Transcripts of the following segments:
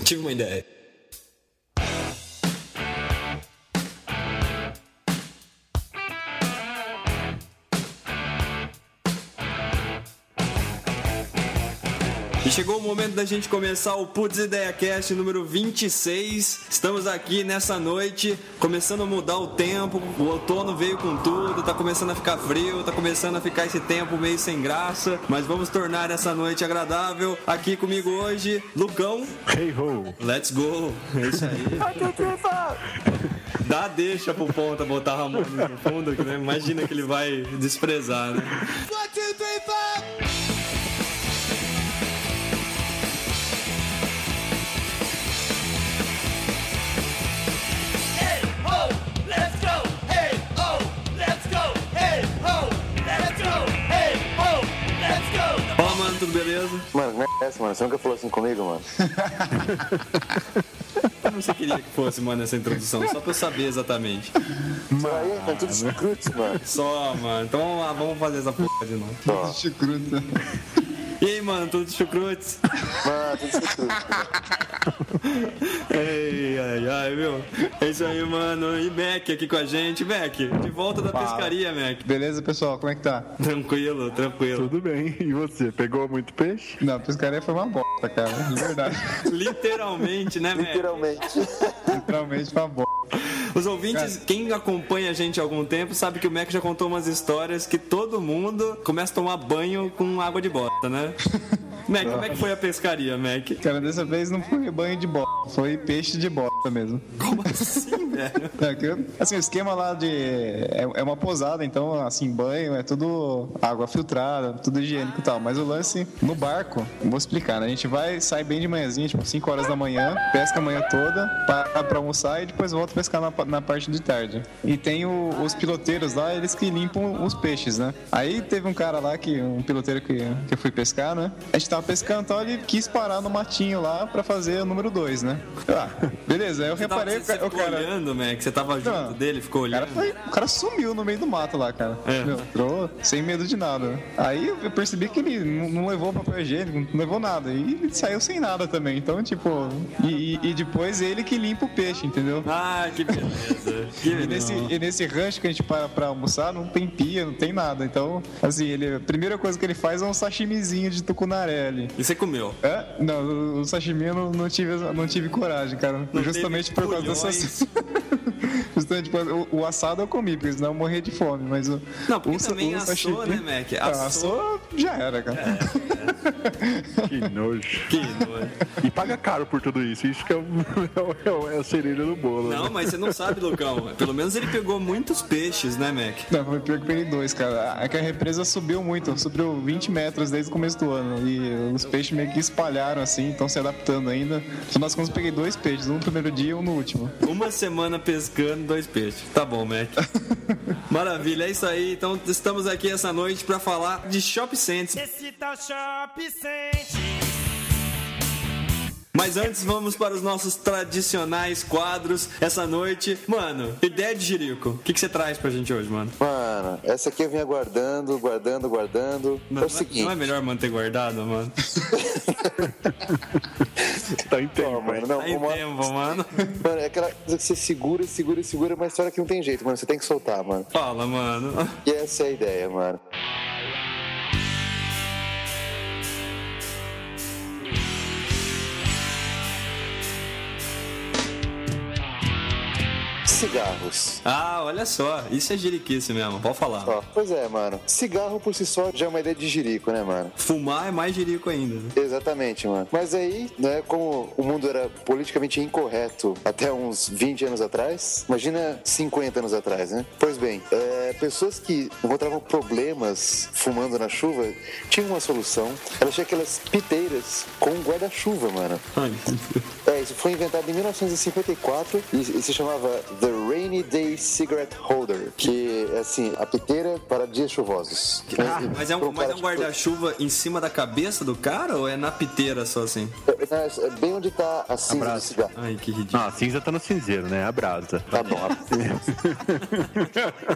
Tive uma ideia. E chegou o momento da gente começar o Putz Ideia Cast número 26. Estamos aqui nessa noite, começando a mudar o tempo. O outono veio com tudo, tá começando a ficar frio, tá começando a ficar esse tempo meio sem graça. Mas vamos tornar essa noite agradável. Aqui comigo hoje, Lucão. Hey ho! Let's go! É isso aí. Dá deixa pro ponta botar Ramon no fundo, né? Imagina que ele vai desprezar, né? 1, 2, 3, 4! Fala, mano, tudo beleza? Mano, como é essa, mano? Você nunca falou assim comigo, mano? Como você queria que fosse, mano, essa introdução? Só pra eu saber exatamente. Só aí, tá tudo chucrute, mano. Só, mano. Então vamos lá, vamos fazer essa porra de novo. Só. Chucruta. E aí, mano, tudo chucrutes? Mano, tudo chucrute, mano. Ai, meu. É isso aí, mano. E Mac aqui com a gente. Mac, de volta da pescaria, Mac. Beleza, pessoal? Como é que tá? Tranquilo, tranquilo. Tudo bem, e você? Pegou muito peixe? Não, a pescaria foi uma bosta, cara. De verdade. Literalmente, né, Mac? Literalmente. Literalmente uma bosta. Os ouvintes, quem acompanha a gente há algum tempo, sabe que o Mac já contou umas histórias que todo mundo começa a tomar banho com água de bosta, né? Mac, como é que foi a pescaria, Mac? Cara, dessa vez não foi banho de bosta, foi peixe de bosta mesmo. Como assim, velho? Assim, o esquema lá é uma posada, então, assim, banho é tudo água filtrada, tudo higiênico e tal. Mas o lance no barco, vou explicar, né? A gente sai bem de manhãzinha, tipo 5 horas da manhã, pesca a manhã toda, para pra almoçar e depois volta a pescar na parte de tarde. E tem os piloteiros lá, eles que limpam os peixes, né? Aí teve um cara lá, um piloteiro que eu fui pescar, né? A gente tava pescando, então ele quis parar no matinho lá pra fazer o número 2, né? Beleza, aí eu reparei... Você ficou olhando, Mac? Você tava junto dele, ficou olhando? O cara sumiu no meio do mato lá, cara. Meu, entrou sem medo de nada. Aí eu percebi que ele não levou papel higiênico, não levou nada. E ele saiu sem nada também. Então, tipo... E depois ele que limpa o peixe, entendeu? Ah, que beleza. E nesse rancho que a gente para pra almoçar, não tem pia, não tem nada. Então, assim, a primeira coisa que ele faz é um sashimizinho de tucunaré ali. E você comeu? Não, o sashimi eu não tive coragem, cara. Não justamente por causa dessas... Justamente o assado eu comi, porque senão eu morria de fome. Mas não, porque também assou, sashimi, né, Mac? Assou já era, cara. Que nojo. Que nojo. E paga caro por tudo isso. Isso que é a cereja do bolo. Não, né? mas você não sabe, Lucão. Pelo menos ele pegou muitos peixes, né, Mac? Não, foi pior que peguei 2, cara. É que a represa subiu muito. Subiu 20 metros desde o começo do ano. E os peixes meio que espalharam, assim, estão se adaptando ainda. No nós eu peguei 2 peixes, um no primeiro dia e um no último. Uma semana pescando, 2 peixes. Tá bom, Mac. Maravilha, é isso aí. Então estamos aqui essa noite pra falar de Shop Sense. Esse tal Shop Sense. Mas antes vamos para os nossos tradicionais quadros essa noite. Mano, ideia de jirico. O que você traz pra gente hoje, mano? Mano, essa aqui eu vinha guardando. Não, É o seguinte. Não é melhor manter guardado, mano? Tá em tempo, mano. hein? Não, Tá em tempo, mano. Mano, é aquela coisa que você segura, mas só que não tem jeito, mano. Você tem que soltar, mano. Fala, mano. E essa é a ideia, mano. Cigarros. Ah, olha só. Isso é jiriquice mesmo. Pode falar. Ó, pois é, mano. Cigarro por si só já é uma ideia de jirico, né, mano? Fumar é mais jirico ainda, né? Exatamente, mano. Mas aí, né, como o mundo era politicamente incorreto até uns 20 anos atrás, imagina 50 anos atrás, né? Pois bem, pessoas que encontravam problemas fumando na chuva tinham uma solução. Elas tinham aquelas piteiras com guarda-chuva, mano. Ai, Isso foi inventado em 1954 e se chamava The Rainy Day Cigarette Holder, que é assim, a piteira para dias chuvosos. mas é um guarda-chuva em cima da cabeça do cara ou é na piteira só assim? É bem onde tá a cinza do cigarro. Ai, que ridículo. Ah, a cinza tá no cinzeiro, né? A brasa. Tá bom.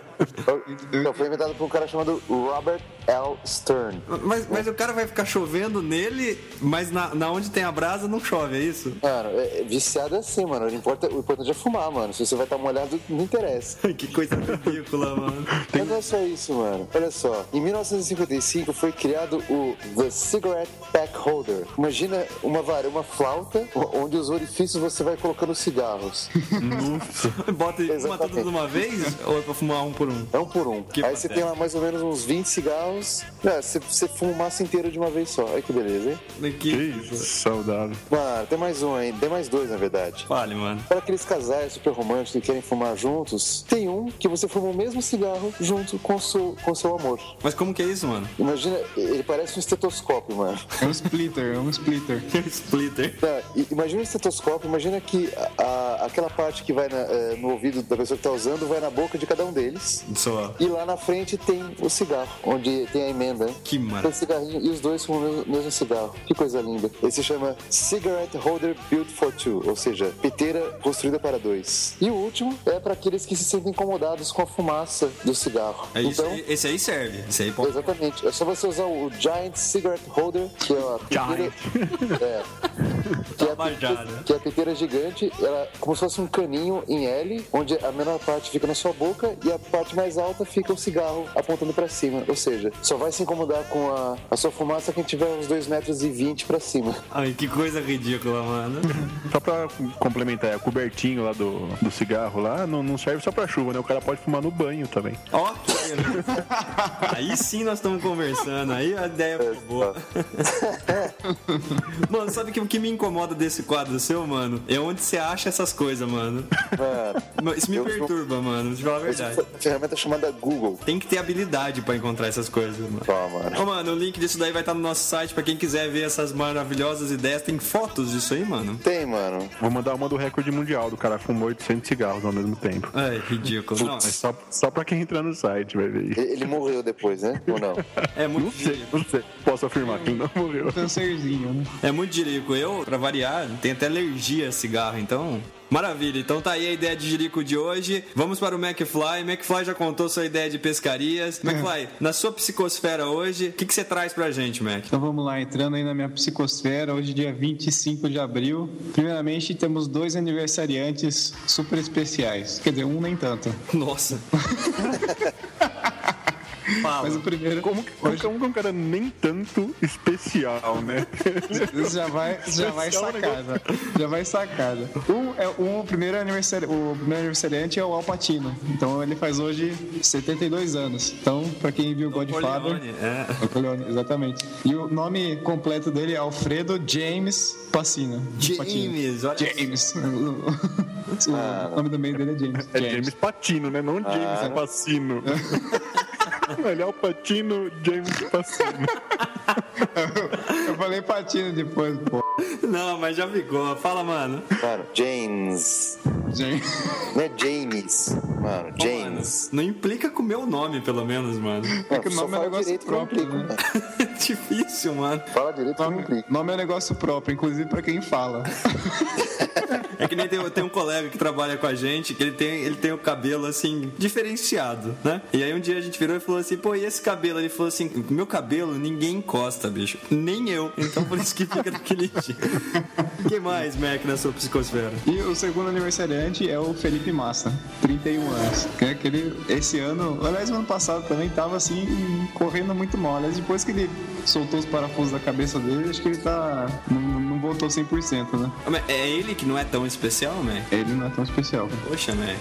Então, foi inventado por um cara chamado Robert L. Stern. Mas o cara vai ficar chovendo nele, mas na onde tem a brasa não chove, é isso? Mano, viciado é assim, mano. O importante é fumar, mano. Se você vai estar molhado, não interessa. Que coisa ridícula, mano. Mas não é só isso, mano. Olha só. Em 1955 foi criado o The Cigarette Pack Holder. Imagina uma flauta onde os orifícios você vai colocando cigarros. Bota uma toda de uma vez ou é pra fumar um por um? É um por um. Que aí você tem lá mais ou menos uns 20 cigarros. Você fuma o maço inteiro de uma vez só. Olha que beleza, hein? Que isso, saudável. Mano, tem mais um aí. Tem mais dois, na verdade. Fale, mano. Para aqueles casais super românticos que querem fumar juntos, tem um que você fuma o mesmo cigarro junto com seu amor. Mas como que é isso, mano? Imagina, ele parece um estetoscópio, mano. É um splitter. Splitter. Imagina um estetoscópio, imagina que aquela parte que vai no ouvido da pessoa que tá usando vai na boca de cada um deles. Só. E lá na frente tem o cigarro, onde tem a emenda. Que maravilha. Tem o cigarrinho e os dois fumam o mesmo cigarro. Que coisa linda. Ele se chama Cigarette Holder Built for Two, ou seja, piteira construída para dois. E o último é para aqueles que se sentem incomodados com a fumaça do cigarro. É isso, então, esse aí serve. Esse aí pode. exatamente. É só você usar o Giant Cigarette Holder, que é a piteira. Que é a piteira gigante, ela como se fosse um caninho em L, onde a menor parte fica na sua boca e a parte mais alta fica o cigarro apontando pra cima. Ou seja, só vai se incomodar com a sua fumaça quem tiver uns 2,20 metros pra cima. Ai, que coisa ridícula, mano. Só pra complementar, o cobertinho lá do cigarro lá não serve só pra chuva, né? O cara pode fumar no banho também. Ó, aí sim nós estamos conversando, aí a ideia foi boa. Mano, sabe o que me incomoda desse quadro seu, mano? É onde você acha essas coisas, mano. Isso me perturba, mano, de falar a verdade. Uma ferramenta chamada Google. Tem que ter habilidade pra encontrar essas coisas, mano. Mano. Ô, mano, o link disso daí vai estar no nosso site pra quem quiser ver essas maravilhosas ideias. Tem fotos disso aí, mano? Tem, mano. Vou mandar uma do recorde mundial, do cara fumou 800 cigarros ao mesmo tempo. É, ridículo. Não, Mas só pra quem entrar no site vai ver. Ele morreu depois, né? Ou não? é muito Não sei. Posso afirmar que não morreu. Cancerzinho, né? É muito jirico. Eu, pra variar, tenho até alergia a cigarro, então... Maravilha, então tá aí a ideia de jirico de hoje. Vamos para o McFly. McFly já contou sua ideia de pescarias. McFly, na sua psicosfera hoje, o que você traz pra gente, Mac? Então vamos lá, entrando aí na minha psicosfera, hoje dia 25 de abril. Primeiramente temos 2 aniversariantes super especiais. Quer dizer, um nem tanto. Nossa. Fala. Mas o primeiro... Como que é um cara nem tanto especial, né? Já vai sacada. Já vai sacada. O primeiro aniversariante é o Al Pacino. Então ele faz hoje 72 anos. Então, pra quem viu Godfather... Napoleone, exatamente. E o nome completo dele é Alfredo James Pacino. James, olha. James. O nome do meio dele é James. É James Patino, né? Não James Pacino. Ele é o Patino, James Pacino. Eu falei Patino depois, pô. Não, mas já ficou. Fala, mano. Mano, James. Não é James, mano. James. Mano, não implica com o meu nome, pelo menos, mano. É que o nome é um negócio próprio, né? É difícil, mano. Fala direito que não implica. Nome é um negócio próprio, inclusive pra quem fala. É que nem tem um colega que trabalha com a gente, que ele tem o cabelo, assim, diferenciado, né? E aí um dia a gente virou e falou assim, pô, e esse cabelo? Ele falou assim, meu cabelo ninguém encosta, bicho. Nem eu. Então por isso que fica daquele jeito. O que mais, Mac, na sua psicosfera? E o segundo aniversariante é o Felipe Massa, 31 anos. Que ele, esse ano, aliás, o ano passado também tava assim, correndo muito mal. Aliás, depois que ele soltou os parafusos da cabeça dele, acho que ele tá... Não voltou 100%, né? Mas é ele que não é tão especial, Mac? Ele não é tão especial. Poxa, Mac.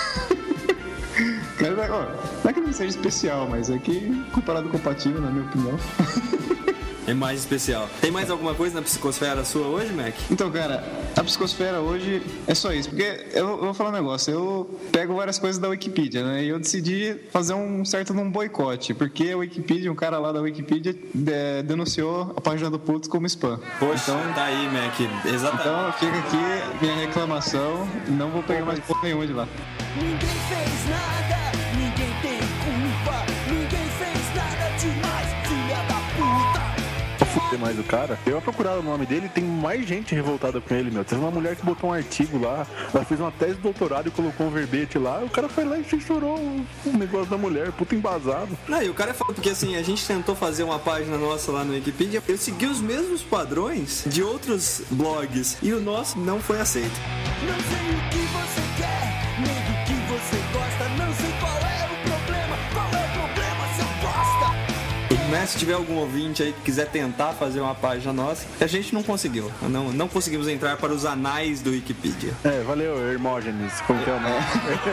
Não é que não seja especial, mas é que comparado com o Patino, na minha opinião. É mais especial. Tem mais alguma coisa na psicosfera sua hoje, Mac? Então, cara, a psicosfera hoje é só isso. Porque eu vou falar um negócio. Eu pego várias coisas da Wikipedia, né? E eu decidi fazer um certo boicote. Porque a Wikipedia, um cara lá da Wikipedia denunciou a página do Putz como spam. Poxa, então, tá aí, Mac. Exatamente. Então, fica aqui minha reclamação. Não vou pegar mais porra nenhuma de lá. Ninguém fez nada, ninguém tem culpa, ninguém fez nada demais, filha da puta. ter mais o cara. Eu ia procurar o nome dele, tem mais gente revoltada com ele, meu. Teve uma mulher que botou um artigo lá, ela fez uma tese de doutorado e colocou um verbete lá, o cara foi lá e censurou o negócio da mulher, puta embasado. Não, e o cara é foda, porque assim, a gente tentou fazer uma página nossa lá no Wikipedia, eu segui os mesmos padrões de outros blogs, e o nosso não foi aceito. Não sei o que você quer, nem do que você gosta. Não sei qual é o problema seu bosta. Né, se tiver algum ouvinte aí que quiser tentar fazer uma página nossa, a gente não conseguiu. Não conseguimos entrar para os anais do Wikipedia. Valeu, Hermógenes, como que é o nome?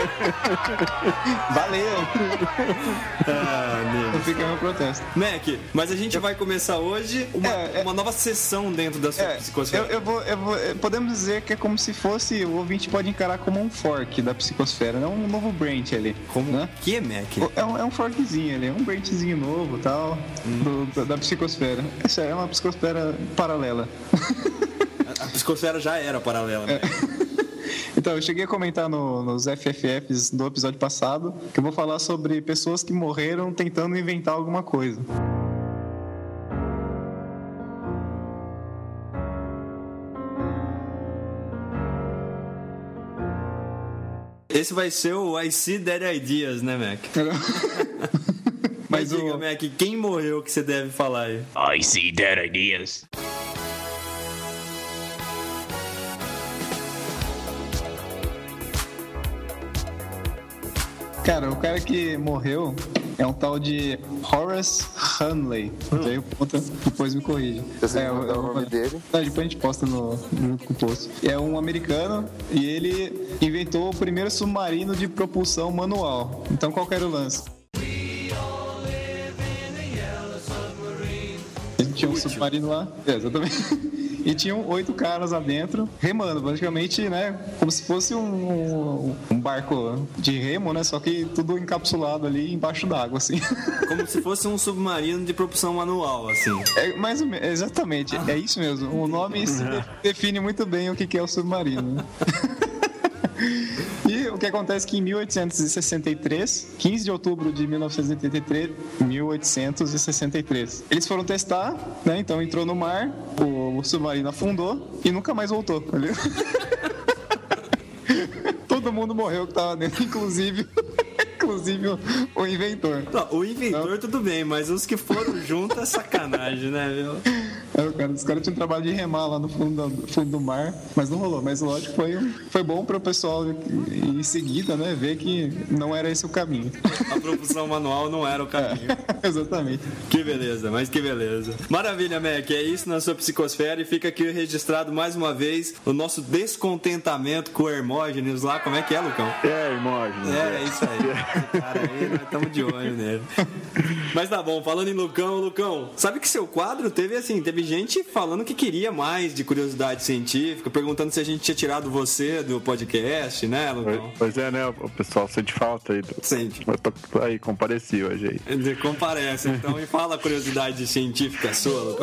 Valeu! Ah, Eu fiquei no protesto. Mac, mas a gente vai começar hoje uma nova sessão dentro da sua psicosfera. Podemos dizer que é como se fosse, o ouvinte pode encarar como um fork da psicosfera, não um novo branch ali. Como né? que é, Mac? É um forkzinho ali, um branchzinho novo e tal, da psicosfera. Isso é uma psicosfera paralela. A psicosfera já era paralela, né? Então, eu cheguei a comentar nos FFFs do episódio passado que eu vou falar sobre pessoas que morreram tentando inventar alguma coisa. Esse vai ser o I See Dead Ideas, né, Mac? Mas diga, Mac, quem morreu que você deve falar aí? I See Dead Ideas. Cara, o cara que morreu é um tal de Horace Hunley. Daí o ponto depois me corrige. Você vai mandar o nome dele? Depois a gente posta junto com o post. É um americano e ele inventou o primeiro submarino de propulsão manual. Então qual que era o lance? Ele tinha um submarino lá. Exatamente. E tinham 8 caras lá dentro, remando, praticamente, né? Como se fosse um barco de remo, né? Só que tudo encapsulado ali embaixo d'água, assim. Como se fosse um submarino de propulsão manual, assim. É mais ou menos, exatamente, é isso mesmo. O nome define muito bem o que é o submarino, né? E o que acontece é que em 1863, 15 de outubro de 1863, eles foram testar, né? Então entrou no mar, o submarino afundou e nunca mais voltou. Todo mundo morreu que tava dentro, inclusive o inventor. Não, o inventor tudo bem, mas os que foram juntos é sacanagem, né, viu? Os caras tinham um trabalho de remar lá no fundo do mar, mas não rolou. Mas lógico, foi bom para o pessoal em seguida, né, ver que não era esse o caminho. A propulsão manual não era o caminho. Exatamente. Que beleza, mas que beleza. Maravilha, Mac, é isso na sua psicosfera e fica aqui registrado mais uma vez o nosso descontentamento com o Hermógenes lá. Como é que é, Lucão? Hermógenes. É isso aí. Esse cara aí, nós estamos de olho nele. Mas tá bom, falando em Lucão, sabe que seu quadro teve gente falando que queria mais de curiosidade científica, perguntando se a gente tinha tirado você do podcast, né, Lucão? Pois é, né? O pessoal sente falta aí. Sente. Eu tô aí, compareci hoje aí. Ele comparece, então, e fala a curiosidade científica sua, Lucão.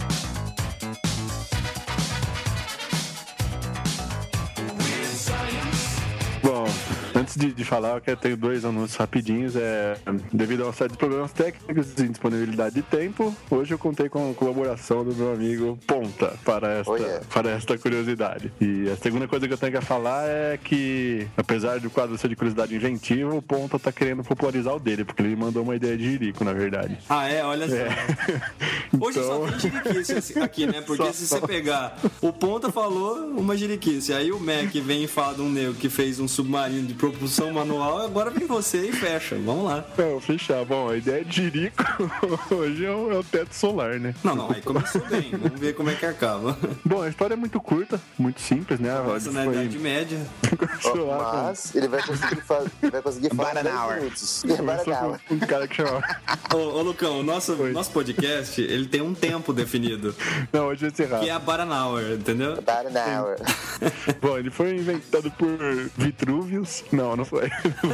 Bom, antes de falar, eu tenho 2 anúncios rapidinhos. Devido a uma série de problemas técnicos e indisponibilidade de tempo, hoje eu contei com a colaboração do meu amigo Ponta para esta curiosidade. E a segunda coisa que eu tenho que falar é que, apesar do quadro ser de curiosidade inventiva, o Ponta tá querendo popularizar o dele, porque ele me mandou uma ideia de jirico, na verdade. Ah, olha só. Hoje só tem jiriquice aqui, né? Porque se você pegar, o Ponta falou uma jiriquice, aí o Mac vem e fala de um nego que fez um submarino de propulsão manual, agora vem você e fecha. Vamos lá. Fechar. Bom, a ideia de jirico hoje é o teto solar, né? Não, aí começou bem. Vamos ver como é que acaba. Bom, a história é muito curta, muito simps, né? Começa na Idade Média. Mas ele vai conseguir falar 10 minutos. Um cara que chamava... Ô, Lucão, o nosso podcast, ele tem um tempo definido. Não, hoje vai ser rápido. Que é a Baranauer, entendeu? Baranauer. Bom, ele foi inventado por Vitruvius. Não foi.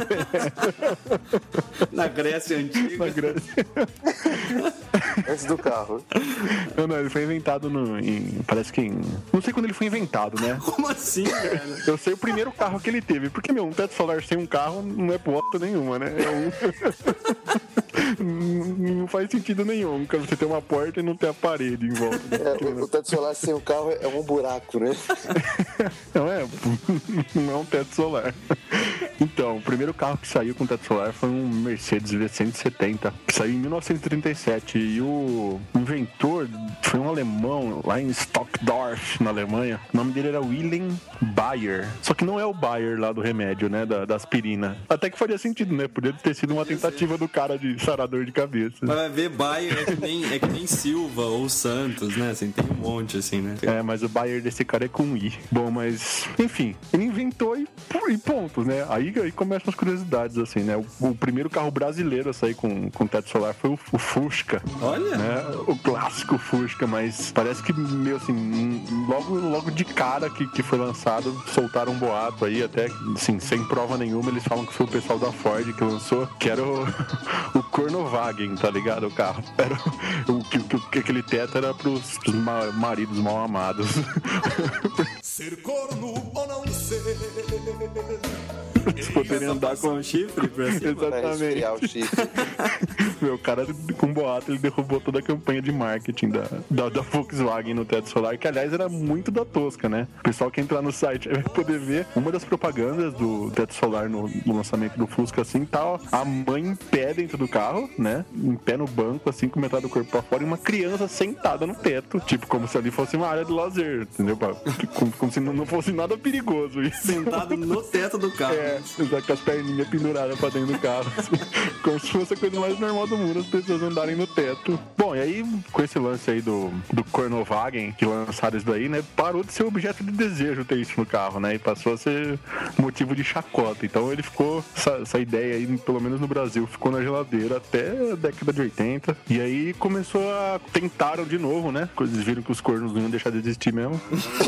Na Grécia Antiga. Na Grécia. Antes do carro. Não, ele foi inventado parece que não sei quando ele foi inventado, né? Como assim, velho? Eu sei o primeiro carro que ele teve, porque, um teto solar sem um carro não é bosta nenhuma, né? Não faz sentido nenhum, cara, você ter uma porta e não ter a parede em volta. O teto solar sem o carro é um buraco, né? Não é um teto solar. Então, o primeiro carro que saiu com teto solar foi um Mercedes V170, que saiu em 1937. E o inventor foi um alemão lá em Stockdorf, na Alemanha. O nome dele era Wilhelm Bayer. Só que não é o Bayer lá do remédio, né? Da aspirina. Até que faria sentido, né? Podia ter sido uma tentativa do cara de sarador de cabeça. Mas vai ver, Bayer é que nem Silva ou Santos, né? Assim, tem um monte, assim, né? Mas o Bayer desse cara é com I. Bom, mas, enfim, ele inventou e pontos, né? Aí começam as curiosidades, assim, né? O primeiro carro brasileiro a sair com teto solar foi o Fusca. Olha! Né? O clássico Fusca, mas parece que, meio assim, logo de cara que foi lançado, soltaram um boato aí, até, assim, sem prova nenhuma, eles falam que foi o pessoal da Ford que lançou, que era o Cornovagen, tá ligado? O carro. Era aquele teto era pros maridos mal amados. Ser corno ou não ser? Eles poderiam andar com um chifre pra cima. Pra resfriar o chifre. Meu, cara, com boato, ele derrubou toda a campanha de marketing da Volkswagen no teto solar, que aliás era muito da tosca, né? O pessoal que entrar no site vai poder ver uma das propagandas do teto solar no lançamento do Fusca, assim, tá a mãe em pé dentro do carro, né? Em pé no banco, assim, com metade do corpo pra fora, e uma criança sentada no teto, tipo, como se ali fosse uma área de lazer, entendeu? Como se não fosse nada perigoso isso. Sentado no teto do carro. Exato, com as perninhas penduradas pra dentro do carro, assim, como se fosse a coisa mais normal do mundo, as pessoas andarem no teto. Bom, e aí, com esse lance aí do Cornovagen, que lançaram isso daí, né, parou de ser objeto de desejo ter isso no carro, né, e passou a ser motivo de chacota. Então ele ficou, essa ideia aí, pelo menos no Brasil, ficou na geladeira até a década de 80, e aí tentaram de novo, né, eles viram que os cornos não iam deixar de existir mesmo.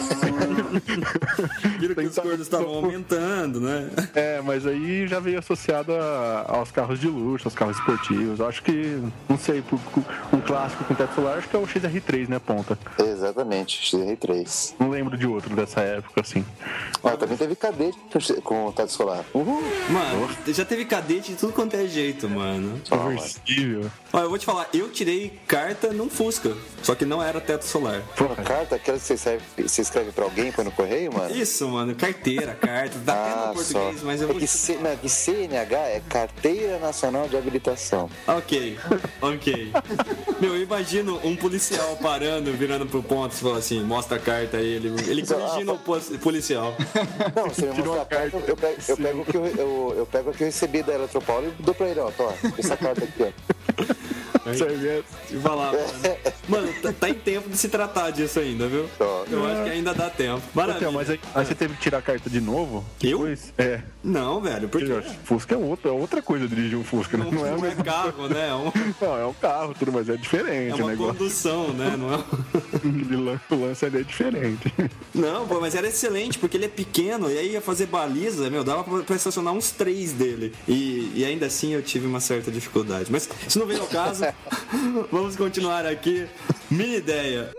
Viram que os cornos estavam aumentando, né? Mas aí já veio associado aos carros de luxo, aos carros esportivos. Eu acho que, não sei, um clássico com teto solar, acho que é o XR3, né, ponta? Exatamente, XR3. Não lembro de outro dessa época, assim. Também teve Cadete com teto solar. Uhul! Mano, já teve Cadete de tudo quanto é jeito, mano. Conversível. Olha, eu vou te falar, eu tirei carta num Fusca, só que não era teto solar. Uma carta, aquela que você escreve pra alguém, põe no correio, mano? Isso, mano, carta, dá até no português, mas eu vou... que CNH é Carteira Nacional de Habilitação. Ok. Meu, eu imagino um policial parando, virando pro ponto e falando assim, mostra a carta aí, ele corrigindo o policial. Não, você me mostra a carta, eu pego o que eu recebi da Eletropaulo e dou pra ele, ó, essa carta aqui, ó. E vai lá, mano, tá em tempo de se tratar disso ainda, viu? Eu acho que ainda dá tempo. Maravilha. Mas aí você teve que tirar a carta de novo? Depois? Não, velho, porque... Fusca é outra coisa dirigir um Fusca, né? Não é carro, né? Não, é um carro, tudo, mas é diferente. É uma condução, né? Não é... O lance ali é diferente. Não, pô, mas era excelente, porque ele é pequeno, e aí ia fazer baliza, dava pra estacionar uns 3 dele. E ainda assim eu tive uma certa dificuldade. Mas isso não veio ao caso. Vamos continuar aqui. Minha ideia.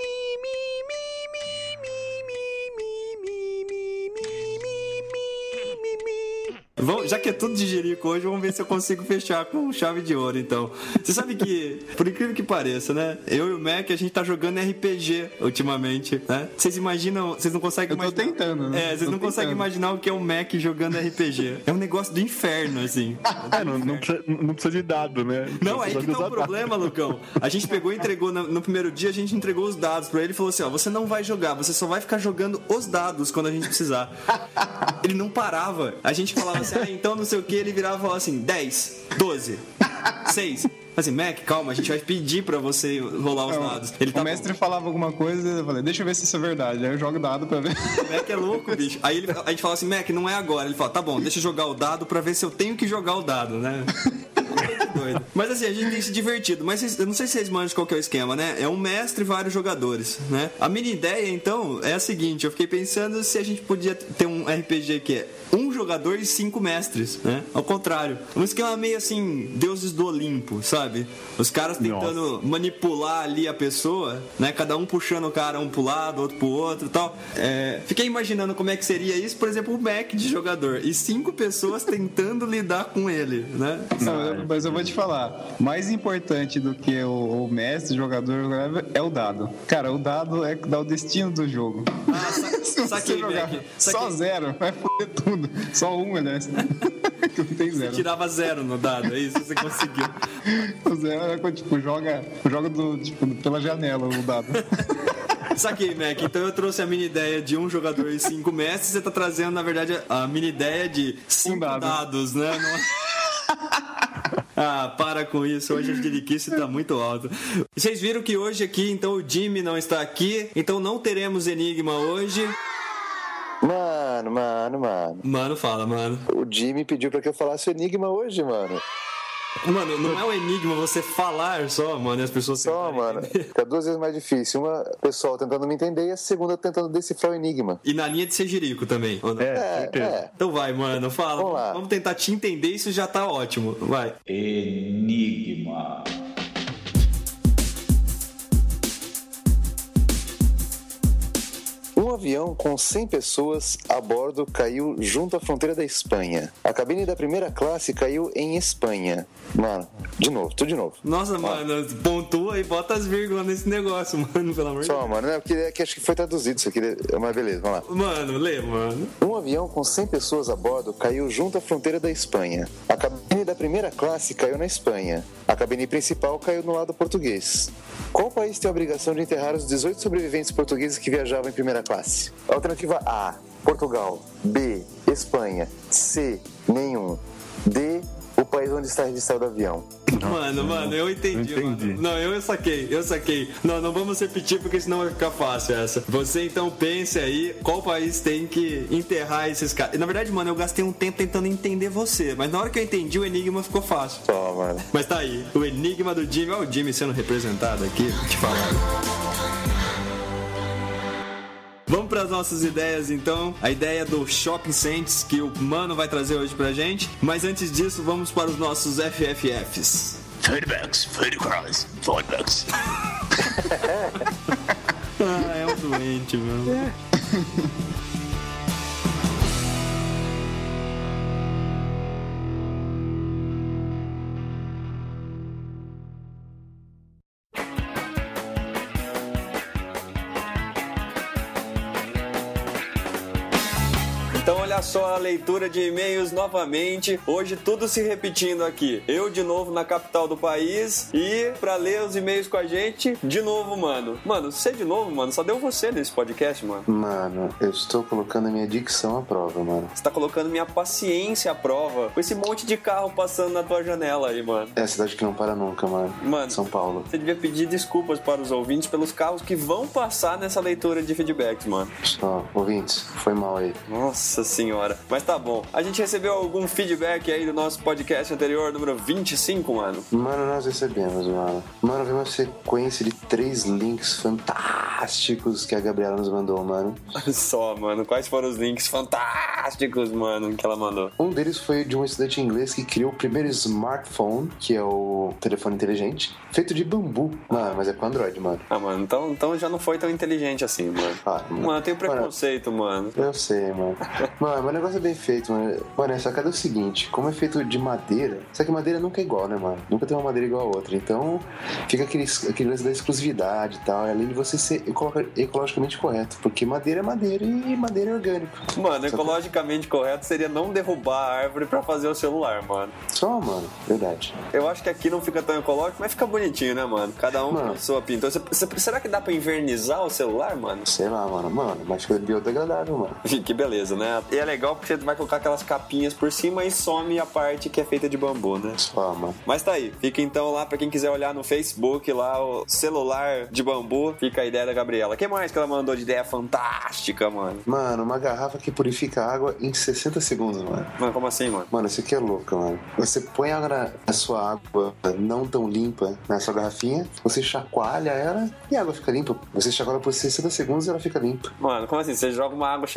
Já que é tudo de jerico hoje, vamos ver se eu consigo fechar com chave de ouro, então. Você sabe que, por incrível que pareça, né? Eu e o Mac, a gente tá jogando RPG ultimamente, né? Vocês imaginam, vocês não conseguem imaginar... Eu tô tentando, né? Vocês não conseguem imaginar o que é um Mac jogando RPG. É um negócio do inferno, assim. Não precisa de dado, né? Não, aí que tá o problema, Lucão. A gente pegou e entregou, no primeiro dia, a gente entregou os dados pra ele e falou assim, ó, você não vai jogar, você só vai ficar jogando os dados quando a gente precisar. Ele não parava. A gente falava assim, então não sei o que, ele virava e falava assim, 10, 12, 6. Assim, Mac, calma, a gente vai pedir pra você rolar os dados. O mestre falava alguma coisa, eu falei, deixa eu ver se isso é verdade. Aí eu jogo o dado pra ver. O Mac é louco, bicho. Aí a gente fala assim, Mac, não é agora. Ele fala, tá bom, deixa eu jogar o dado pra ver se eu tenho que jogar o dado, né? Doido. Mas assim, a gente tem se divertido. Mas eu não sei se vocês manjam qual que é o esquema, né? É um mestre e vários jogadores, né? A minha ideia, então, é a seguinte. Eu fiquei pensando se a gente podia ter um RPG que é um jogador e 5 mestres, né? Ao contrário. Um esquema meio assim, deuses do Olimpo, sabe? Os caras tentando manipular ali a pessoa, né? Cada um puxando o cara um pro lado, outro pro outro e tal. Fiquei imaginando como é que seria isso, por exemplo, o Mac de jogador. E 5 pessoas tentando lidar com ele, né? Não, mas eu vou vou te falar, mais importante do que o mestre, o jogador, é o dado. Cara, o dado é que dá o destino do jogo. Se você jogar só 0, vai foder tudo. Só 1, aliás. Que não tem 0. Você tirava 0 no dado, é isso que você conseguiu. O 0 é quando, tipo, joga pela janela o dado. Saquei, Mac. Então eu trouxe a mini ideia de um jogador e 5 mestres. Você tá trazendo, na verdade, a mini ideia de 5 dados, né? Ah, para com isso. Hoje a deliquice tá muito alto. Vocês viram que hoje aqui, então, o Jimmy não está aqui. Então não teremos Enigma hoje. Mano. Mano, fala, mano. O Jimmy pediu pra que eu falasse o Enigma hoje, mano. Mano, não é um enigma você falar só, mano, e as pessoas... Só, mano. Fica 2 vezes mais difícil. Uma pessoa tentando me entender e a segunda tentando decifrar o enigma. E na linha de ser jerico também, ou não? É. Então vai, mano, fala. Vamos lá. Vamos tentar te entender, isso já tá ótimo. Vai. Enigma. Um avião com 100 pessoas a bordo caiu junto à fronteira da Espanha. A cabine da primeira classe caiu em Espanha. Mano, tudo de novo. Nossa, mano, pontua e bota as vírgulas nesse negócio, mano, pelo amor de Deus. Só, mano, que acho que foi traduzido isso aqui, mas beleza, vamos lá. Mano, lê, mano. Um avião com 100 pessoas a bordo caiu junto à fronteira da Espanha. A cabine da primeira classe caiu na Espanha. A cabine principal caiu no lado português. Qual país tem a obrigação de enterrar os 18 sobreviventes portugueses que viajavam em primeira classe? Alternativa A, Portugal. B, Espanha. C, nenhum. D, o país onde está registrado o avião. Mano, eu entendi, mano. Não, eu saquei. Não vamos repetir porque senão vai ficar fácil essa. Você então pense aí qual país tem que enterrar esses caras. Na verdade, mano, eu gastei um tempo tentando entender você, mas na hora que eu entendi o enigma ficou fácil. Só, mano. Mas tá aí, o enigma do Jimmy. Olha o Jimmy sendo representado aqui, vou te falar. Vamos para as nossas ideias então. A ideia do Shopping Saints que o Mano vai trazer hoje pra gente. Mas antes disso, vamos para os nossos FFFs. Feedbacks, feedbacks, feedbacks. É um doente, mano. Então olha só a leitura de e-mails novamente. Hoje tudo se repetindo aqui. Eu de novo na capital do país e pra ler os e-mails com a gente de novo, mano. Mano, você de novo, mano. Só deu você nesse podcast, mano. Mano, eu estou colocando a minha dicção à prova, mano. Você tá colocando minha paciência à prova com esse monte de carro passando na tua janela aí, mano. É a cidade que não para nunca, mano. Mano, São Paulo. Você devia pedir desculpas para os ouvintes pelos carros que vão passar nessa leitura de feedbacks, mano. Só, ouvintes, foi mal aí. Nossa senhora. Mas tá bom. A gente recebeu algum feedback aí do nosso podcast anterior, número 25, mano? Mano, nós recebemos, mano. Mano, veio uma sequência de 3 links fantásticos que a Gabriela nos mandou, mano. Só, mano. Quais foram os links fantásticos, mano, que ela mandou? Um deles foi de um estudante inglês que criou o primeiro smartphone, que é o telefone inteligente, feito de bambu. Mano, mas é com Android, mano. Ah, mano, então já não foi tão inteligente assim, mano. Ah, mano, eu tenho preconceito, mano. Eu sei, mano. Mano, mas o negócio é bem feito, mano. Mano, a sacada é o seguinte, como é feito de madeira, só que madeira nunca é igual, né, mano? Nunca tem uma madeira igual a outra. Então, fica aquele lance da exclusividade e tal, além de você ser ecologicamente correto, porque madeira é madeira e madeira é orgânico. Mano, ecologicamente correto seria não derrubar a árvore pra fazer o celular, mano. Só, mano, verdade. Eu acho que aqui não fica tão ecológico, mas fica bonitinho, né, mano? Cada um com a sua pintura. Será que dá pra invernizar o celular, mano? Sei lá, mano. Mano, mas fica biodegradável, mano. Que beleza, né? E é legal porque você vai colocar aquelas capinhas por cima e some a parte que é feita de bambu, né? Só, mano. Mas tá aí. Fica então lá pra quem quiser olhar no Facebook, lá o celular de bambu. Fica a ideia da Gabriela. O que mais que ela mandou de ideia fantástica, mano? Mano, uma garrafa que purifica a água em 60 segundos, mano. Mano, como assim, mano? Mano, isso aqui é louco, mano. Você põe a sua água não tão limpa na sua garrafinha, você chacoalha ela e a água fica limpa. Você chacoalha por 60 segundos e ela fica limpa. Mano, como assim? Você joga uma água cheia de merda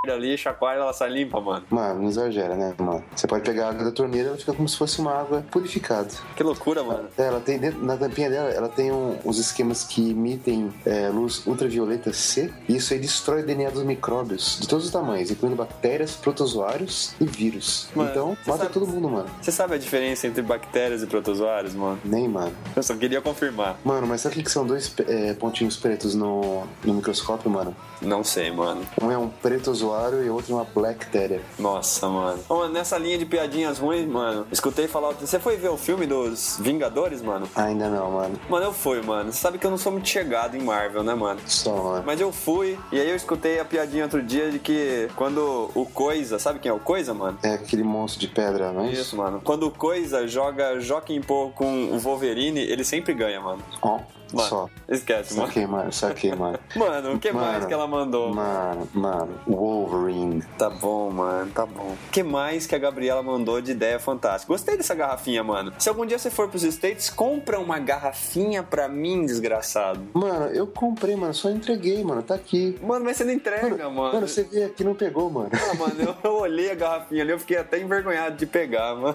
ali, chacoalha, ela sai limpa, mano. Mano, não exagera, né, mano? Você pode pegar a água da torneira, ela fica como se fosse uma água purificada. Que loucura, mano. Ela tem dentro, na tampinha dela, ela tem uns esquemas que emitem luz ultravioleta C, e isso aí destrói o DNA dos micróbios de todos os tamanhos, incluindo bactérias, protozoários e vírus. Mano, então, mata todo mundo, mano. Você sabe a diferença entre bactérias e protozoários, mano? Nem, mano. Eu só queria confirmar. Mano, mas sabe o que são dois pontinhos pretos no microscópio, mano? Não sei, mano. Um é um pretozoário e o outro é uma bactéria. Nossa, mano. Ô, mano, nessa linha de piadinhas ruins, mano, escutei falar... Você foi ver o filme dos Vingadores, mano? Ainda não, mano. Mano, eu fui, mano. Você sabe que eu não sou muito chegado em Marvel, né, mano? Só, mano. Mas eu fui, e aí eu escutei a piadinha outro dia de que quando o Coisa... Sabe quem é o Coisa, mano? É aquele monstro de pedra, não é Isso, mano. Quando o Coisa joga Joaquim Pô com o Wolverine, ele sempre ganha, mano. Ó, Mano, só. esquece, mano. Saquei, mano. Mano, o que mais que ela mandou? Mano, Wolverine. Tá bom, mano, tá bom. O que mais que a Gabriela mandou de ideia fantástica? Gostei dessa garrafinha, mano. Se algum dia você for pros States, compra uma garrafinha pra mim, desgraçado. Mano, eu comprei, mano, só entreguei, mano, tá aqui. Mano, mas você não entrega, mano. Mano, você veio aqui e não pegou, mano. Ah, mano, eu olhei a garrafinha ali, eu fiquei até envergonhado de pegar, mano.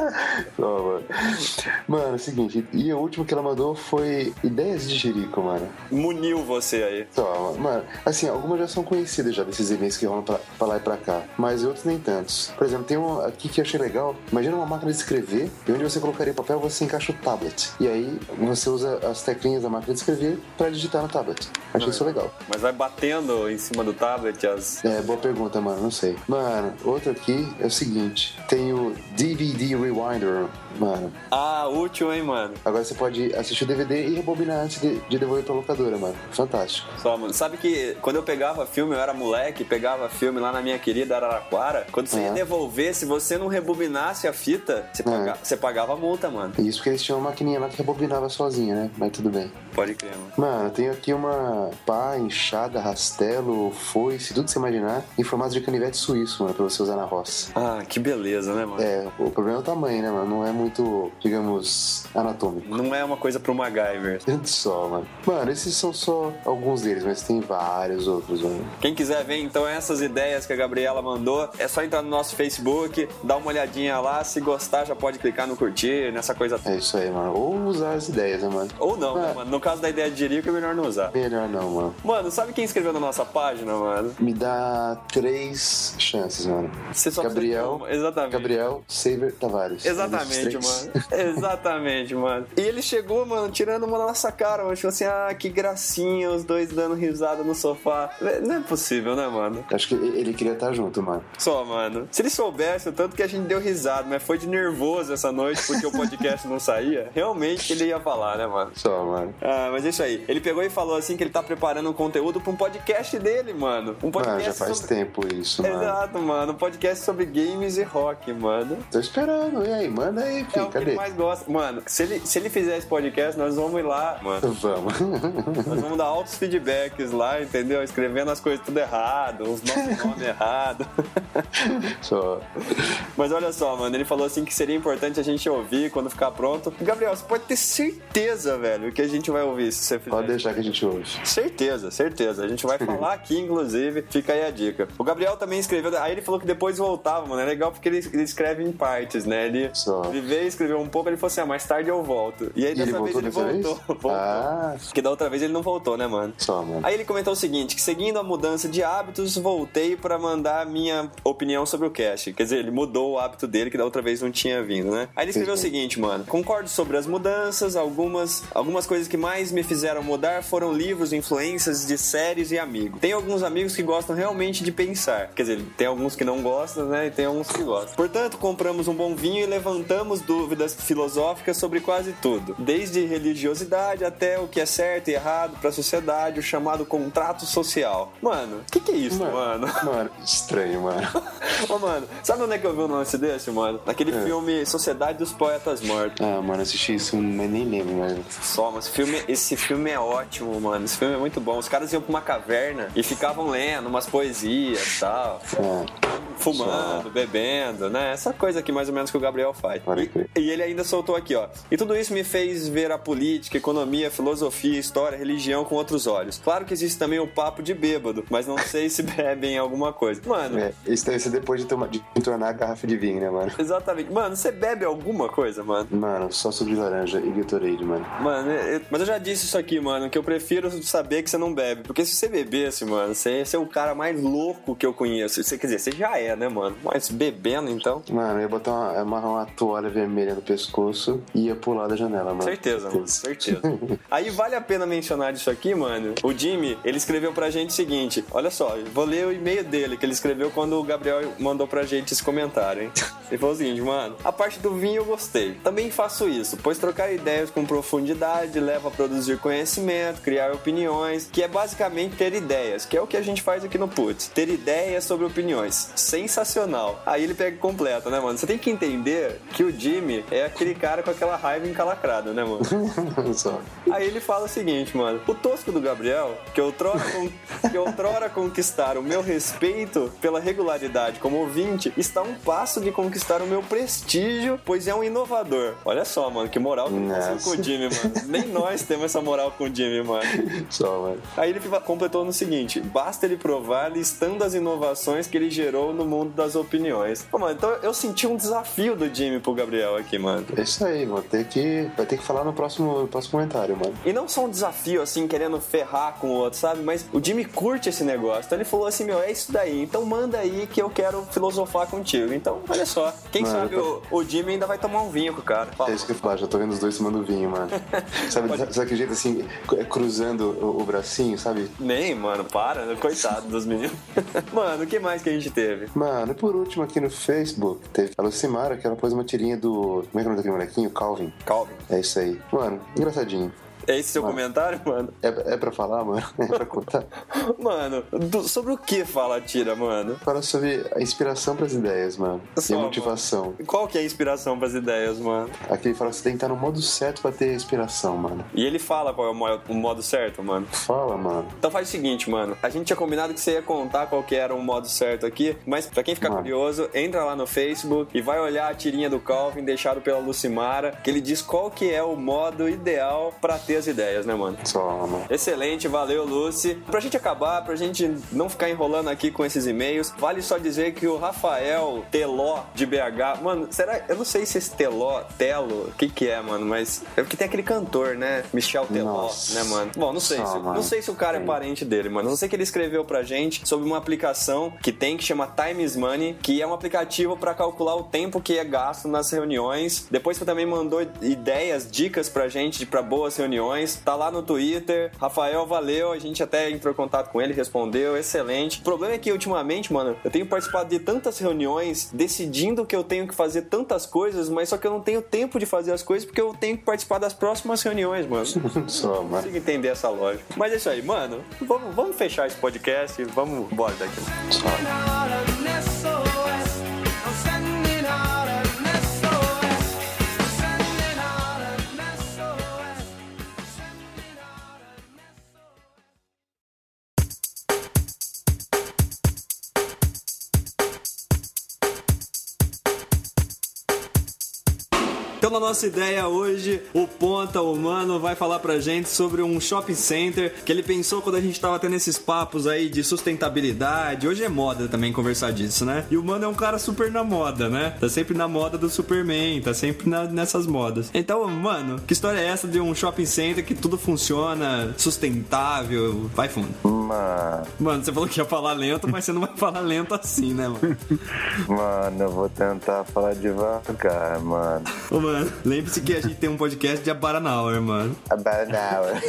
Ó, mano. Mano, é o seguinte, e o último que ela mandou foi ideias de jerico, mano. Muniu você aí. Só, mano, assim, algumas já são conhecidas já desses eventos que rolam pra lá e pra cá, mas outros nem tantos. Por exemplo, tem um aqui que eu achei legal. Imagina uma máquina de escrever e onde você colocaria papel, você encaixa o tablet. E aí você usa as teclinhas da máquina de escrever pra digitar no tablet. Achei isso legal. Mas vai batendo em cima do tablet as... Boa pergunta, mano, não sei. Mano, outro aqui é o seguinte, tem o DVD Rewinder, mano. Ah, útil, hein, mano. Agora você pode assistir o DVD e rebobinar antes de devolver pra locadora, mano. Fantástico. Só, mano. Sabe que quando eu pegava filme, eu era moleque, pegava filme lá na minha querida Araraquara, quando você ia devolver, se você não rebobinasse a fita, você pagava a multa, mano. Isso porque eles tinham uma maquininha lá que rebobinava sozinha, né? Mas tudo bem. Pode crer, mano. Mano, tem aqui uma pá, enxada, rastelo, foice, tudo que você imaginar, em formato de canivete suíço, mano, pra você usar na roça. Ah, que beleza, né, mano? O problema é o tamanho, né, mano? Não é muito, digamos, anatômico. Não é uma coisa pro MacGyver. Só, mano. Mano, esses são só alguns deles, mas tem vários outros, mano. Quem quiser ver, então, essas ideias que a Gabriela mandou, é só entrar no nosso Facebook, dar uma olhadinha lá, se gostar já pode clicar no curtir, nessa coisa. É isso aí, mano. Ou usar as ideias, né, mano? Ou não, né, mano? No caso da ideia de jerico, é melhor não usar. Melhor não, mano. Mano, sabe quem escreveu na nossa página, mano? Me dá 3 chances, mano. Você só Gabriel, exatamente. Gabriel Saver Tavares. Exatamente, mano. Exatamente, mano. E ele chegou, mano, tirando uma na nossa cara, mano. Tipo assim, que gracinha, os dois dando risada no sofá. Não é possível, né, mano? Acho que ele queria estar junto, mano. Só, mano. Se ele soubesse o tanto que a gente deu risada, mas foi de nervoso essa noite porque o podcast não saía, realmente ele ia falar, né, mano? Só, mano. Ah, mas é isso aí. Ele pegou e falou assim que ele tá preparando um conteúdo pra um podcast dele, mano. Um podcast já faz tempo isso, mano. Exato, mano. Um podcast sobre games e rock, mano. Tô esperando. E aí, manda aí, filho. É o que Cadê? ele mais gosta. Mano, se ele fizer esse podcast, nós vamos ir lá, mano. Vamos. Nós vamos dar altos feedbacks lá, entendeu? Escrevendo as coisas tudo errado, os nossos nomes errados. Só. Mas olha só, mano, ele falou assim que seria importante a gente ouvir quando ficar pronto. Gabriel, você pode ter certeza, velho, que a gente vai ouvir se você fizer. Pode deixar que a gente ouve. Certeza, certeza. A gente vai falar aqui, inclusive. Fica aí a dica. O Gabriel também escreveu. Aí ele falou que depois voltava, mano. É legal porque ele escreve em partes, né? Ele veio e escreveu um pouco, ele falou assim: mais tarde eu volto. E aí dessa vez ele voltou. Voltou. Porque da outra vez ele não voltou, né, mano? Só, mano. Aí ele comentou o seguinte: que seguindo a mudança de hábitos, voltei pra mandar minha opinião sobre o cast. Quer dizer, ele mudou o hábito dele, que da outra vez não tinha vindo, né? Aí ele escreveu o seguinte, mano: concordo sobre as mudanças, algumas coisas que mais me fizeram mudar foram livros, influências de séries e amigos. Tem alguns amigos que gostam realmente de pensar. Quer dizer, tem alguns que não gostam, né? E tem alguns que gostam. Portanto, compramos um bom vinho e levantamos dúvidas filosóficas sobre quase tudo. Desde religiosidade até o que é certo e errado pra sociedade, o chamado contrato social. Mano, o que é isso, mano? Mano, estranho, mano. Ô, mano, sabe onde é que eu vi um lance desse, mano? Naquele filme Sociedade dos Poetas Mortos. Ah, mano, assisti isso, mas nem lembro, mano. Só, mas esse filme é ótimo, mano. Esse filme é muito bom. Os caras iam pra uma caverna e ficavam lendo umas poesias e tal. Fumando, bebendo, né? Essa coisa aqui mais ou menos que o Gabriel faz. E ele ainda soltou aqui, ó. E tudo isso me fez ver a política, economia, filosofia, história, religião com outros olhos. Claro que existe também o papo de bêbado, mas não sei se bebem alguma coisa. Mano... Isso deve ser depois de entornar a garrafa de vinho, né, mano? Exatamente. Mano, você bebe alguma coisa, mano? Mano, só suco de laranja e Gatorade, mano. Mano, mas eu já disse isso aqui, mano, que eu prefiro saber que você não bebe. Porque se você bebesse, mano, você é o cara mais louco que eu conheço. Quer dizer, você já é, né, mano? Mas bebendo, então... Mano, eu ia botar uma toalha vermelha no pescoço e ia pular da janela, mano. Certeza, mano, certeza. Aí vale a pena mencionar disso aqui, mano. O Jimmy, ele escreveu pra gente o seguinte. Olha só, vou ler o e-mail dele, que ele escreveu quando o Gabriel mandou pra gente esse comentário, hein? Ele falou o seguinte, mano. A parte do vinho eu gostei. Também faço isso, pois trocar ideias com profundidade leva a produzir conhecimento, criar opiniões, que é basicamente ter ideias, que é o que a gente faz aqui no Putz. Ter ideias sobre opiniões. Sensacional. Aí ele pega e completa, né, mano? Você tem que entender que o Jimmy é aquele cara com aquela raiva encalacrada, né, mano? Aí ele fala o seguinte, mano. O tosco do Gabriel, que outrora conquistar o meu respeito pela regularidade como ouvinte, está a um passo de conquistar o meu prestígio, pois é um inovador. Olha só, mano, que moral que ele conseguiu com o Jimmy, mano. Nem nós temos essa moral com o Jimmy, mano. Só, mano. Aí ele completou no seguinte: basta ele provar listando as inovações que ele gerou no mundo das opiniões. Pô, mano, então eu senti um desafio do Jimmy pro Gabriel aqui, mano. É isso aí, vai ter que falar no próximo comentário, mano. E não só um desafio, assim, querendo ferrar com o outro, sabe? Mas o Jimmy curte esse negócio. Então ele falou assim, meu, é isso daí. Então manda aí que eu quero filosofar contigo. Então, olha só. Quem sabe o Jimmy ainda vai tomar um vinho com o cara. É isso que eu ia falar, já tô vendo os dois tomando vinho, mano. Sabe aquele jeito assim, cruzando o bracinho, sabe? Nem, mano, para, né? Coitado dos meninos. Mano, o que mais que a gente teve? Mano, e por último aqui no Facebook, teve a Lucimara, que ela pôs uma tirinha do... Como é que é o nome daquele molequinho? Calvin. É isso aí. Mano, engraçadinho. É esse seu comentário, mano? É pra falar, mano? É pra contar? Mano, sobre o que fala a tira, mano? Fala sobre a inspiração pras ideias, mano. E a motivação. Mano. Qual que é a inspiração pras ideias, mano? Aqui ele fala que você tem que estar no modo certo pra ter inspiração, mano. E ele fala qual é o modo certo, mano? Fala, mano. Então faz o seguinte, mano. A gente tinha combinado que você ia contar qual que era o modo certo aqui, mas pra quem ficar curioso, entra lá no Facebook e vai olhar a tirinha do Calvin deixado pela Lucimara, que ele diz qual que é o modo ideal pra ter as ideias, né, mano? Só, mano. Excelente, valeu, Lucy. Pra gente acabar, pra gente não ficar enrolando aqui com esses e-mails, vale só dizer que o Rafael Teló de BH, mano, será? Eu não sei se esse Telo, o que é, mano, mas é porque tem aquele cantor, né? Michel Teló, né, mano? Bom, não sei, não sei se o cara é parente dele, mano. Não sei que ele escreveu pra gente sobre uma aplicação que chama Time is Money, que é um aplicativo pra calcular o tempo que é gasto nas reuniões. Depois você também mandou ideias, dicas pra gente pra boas reuniões. Tá lá no Twitter. Rafael, valeu. A gente até entrou em contato com ele, respondeu. Excelente. O problema é que ultimamente, mano, eu tenho participado de tantas reuniões, decidindo que eu tenho que fazer tantas coisas, mas só que eu não tenho tempo de fazer as coisas porque eu tenho que participar das próximas reuniões, mano. Só, mano. Não consigo entender essa lógica. Mas é isso aí, mano. Vamos fechar esse podcast e vamos embora daqui. Só. Então, na nossa ideia hoje, o Ponta, o Mano, vai falar pra gente sobre um shopping center que ele pensou quando a gente tava tendo esses papos aí de sustentabilidade. Hoje é moda também conversar disso, né? E o Mano é um cara super na moda, né? Tá sempre na moda do Superman, tá sempre nessas modas. Então, mano, que história é essa de um shopping center que tudo funciona, sustentável? Vai fundo. Mano, você falou que ia falar lento, mas você não vai falar lento assim, né, mano? Mano, eu vou tentar falar devagar, mano. Ô, mano, lembre-se que a gente tem um podcast de Abaranauer, mano. Abaranauer.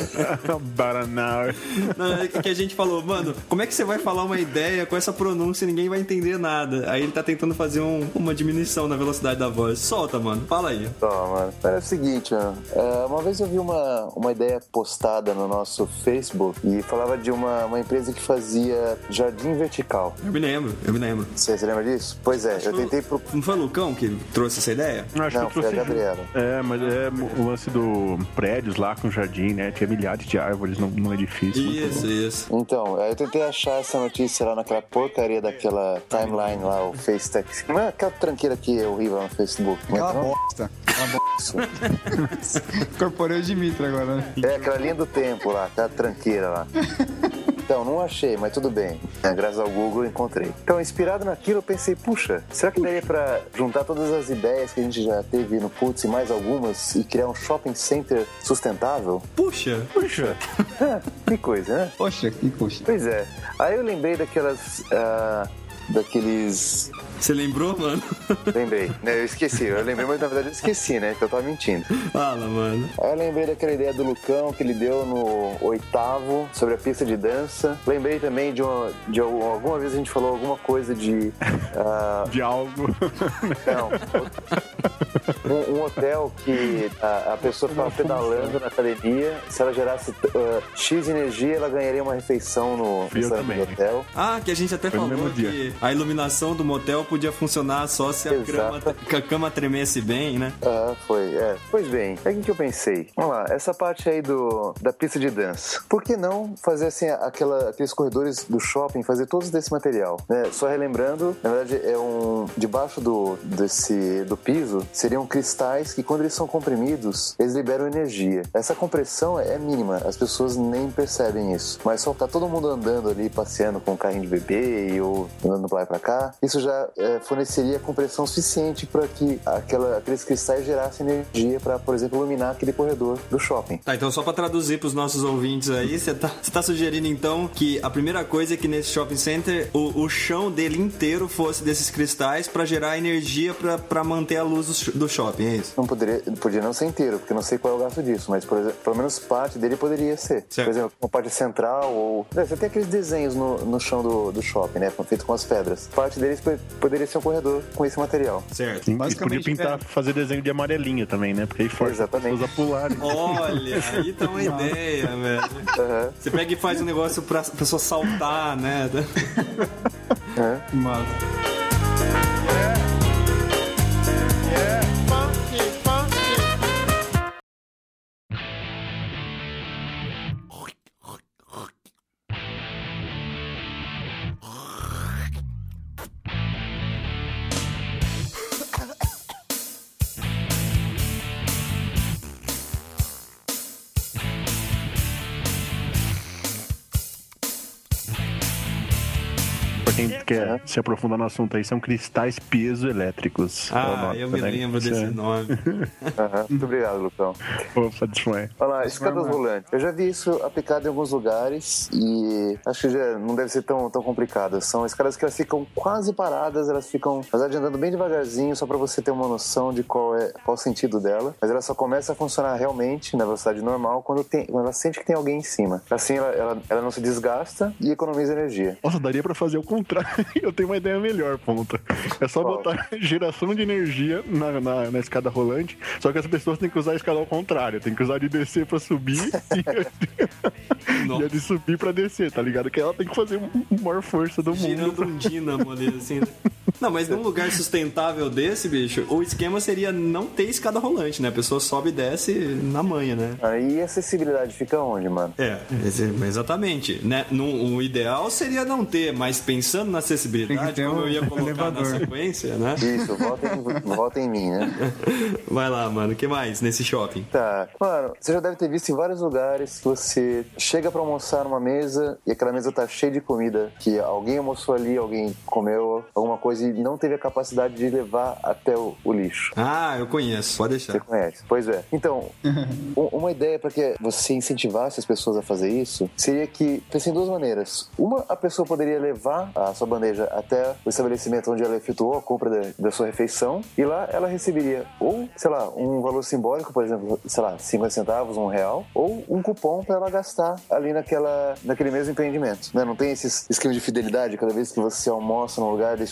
Não, é que a gente falou, mano, como é que você vai falar uma ideia com essa pronúncia e ninguém vai entender nada? Aí ele tá tentando fazer uma diminuição na velocidade da voz. Solta, mano, fala aí. Mano, é o seguinte, mano. Uma vez eu vi uma ideia postada no nosso Facebook e falava de uma uma empresa que fazia jardim vertical. Eu me lembro. Você lembra disso? Pois é, eu tentei... Não foi o Lucão que trouxe essa ideia? Acho Não, que foi a trouxe Gabriela. mas é o lance do prédios lá com jardim, né? Tinha milhares de árvores num edifício. Isso. Então, eu tentei achar essa notícia lá naquela porcaria daquela timeline lá, o FaceTech. Não é aquela tranqueira que é horrível no Facebook. Aquela bosta. Incorporei o Dimitri agora, né? É aquela linha do tempo lá, aquela tranqueira lá. Então, não achei, mas tudo bem. Graças ao Google, eu encontrei. Então, inspirado naquilo, eu pensei, puxa, será que daria pra juntar todas as ideias que a gente já teve no Putz e mais algumas e criar um shopping center sustentável? Puxa. Que coisa, né? Poxa, que coxa. Pois é. Aí eu lembrei daqueles... Você lembrou, mano? Lembrei. Eu esqueci. Eu lembrei, mas na verdade eu esqueci, né? Então eu tava mentindo. Fala, mano. Aí eu lembrei daquela ideia do Lucão que ele deu no 8º sobre a pista de dança. Lembrei também de alguma vez a gente falou alguma coisa de... De algo. Não. Um hotel que a pessoa ficava pedalando na academia. Se ela gerasse X energia, ela ganharia uma refeição no restaurante do hotel. Ah, que a gente até falou que a iluminação do motel podia funcionar só se a cama tremesse bem, né? Foi. Pois bem, é o que eu pensei. Vamos lá, essa parte aí da pista de dança. Por que não fazer assim aqueles corredores do shopping, fazer todos desse material? Né? Só relembrando, na verdade, debaixo do piso seriam cristais que, quando eles são comprimidos, eles liberam energia. Essa compressão é mínima, as pessoas nem percebem isso. Mas só tá todo mundo andando ali, passeando com um carrinho de bebê ou andando pra lá e pra cá, isso já forneceria compressão suficiente para que aqueles cristais gerassem energia para, por exemplo, iluminar aquele corredor do shopping. Tá, então só para traduzir para os nossos ouvintes aí, você tá sugerindo então que a primeira coisa é que nesse shopping center o chão dele inteiro fosse desses cristais para gerar energia para manter a luz do shopping, é isso? Não podia não ser inteiro, porque eu não sei qual é o gasto disso, mas por exemplo, pelo menos parte dele poderia ser. Certo. Por exemplo, uma parte central ou... Você tem aqueles desenhos no chão do shopping, né? Feito com as pedras. Parte deles poderia ser um corredor com esse material. Certo. E podia pintar, fazer desenho de amarelinho também, né? Porque aí força as pessoas a pularem. Olha, aí tá uma ideia, velho. Uhum. Você pega e faz um negócio pra pessoa saltar, né? Massa. Quem quer se aprofundar no assunto aí, são cristais piezoelétricos. Eu me lembro desse nome. Muito obrigado, Lucão. Opa, desfã. Olha lá, escadas volantes. Eu já vi isso aplicado em alguns lugares e acho que já não deve ser tão complicado. São escadas que elas ficam quase paradas, elas ficam, apesar de andando bem devagarzinho, só pra você ter uma noção de qual o sentido dela. Mas ela só começa a funcionar realmente na velocidade normal quando ela sente que tem alguém em cima. Assim ela não se desgasta e economiza energia. Nossa, daria pra fazer o contrário. Eu tenho uma ideia melhor, ponta. É só botar geração de energia na escada rolante, só que as pessoas têm que usar a escada ao contrário. Tem que usar de descer pra subir e a de subir pra descer, tá ligado? Que ela tem que fazer a maior força do mundo. Girando um dínamo ali, assim. Não, mas num lugar sustentável desse, bicho, o esquema seria não ter escada rolante, né? A pessoa sobe e desce na manha, né? Aí a acessibilidade fica onde, mano? Exatamente. Né? O ideal seria não ter, mas pensando na acessibilidade, como eu ia colocar na sequência, né? Isso, votem em mim, né? Vai lá, mano. O que mais nesse shopping? Tá. Mano, você já deve ter visto em vários lugares que você chega pra almoçar numa mesa e aquela mesa tá cheia de comida, que alguém almoçou ali, alguém comeu alguma coisa e não teve a capacidade de levar até o lixo. Ah, eu conheço. Pode deixar. Você conhece? Pois é. Então, uma ideia para que você incentivasse as pessoas a fazer isso seria que, pensem em duas maneiras. Uma, a pessoa poderia levar a sua bandeja até o estabelecimento onde ela efetuou a compra da sua refeição e lá ela receberia ou, sei lá, um valor simbólico, por exemplo, sei lá, 50 centavos, R$1, ou um cupom para ela gastar ali naquele mesmo empreendimento. Né? Não tem esses esquemas de fidelidade, cada vez que você almoça num lugar, eles dão um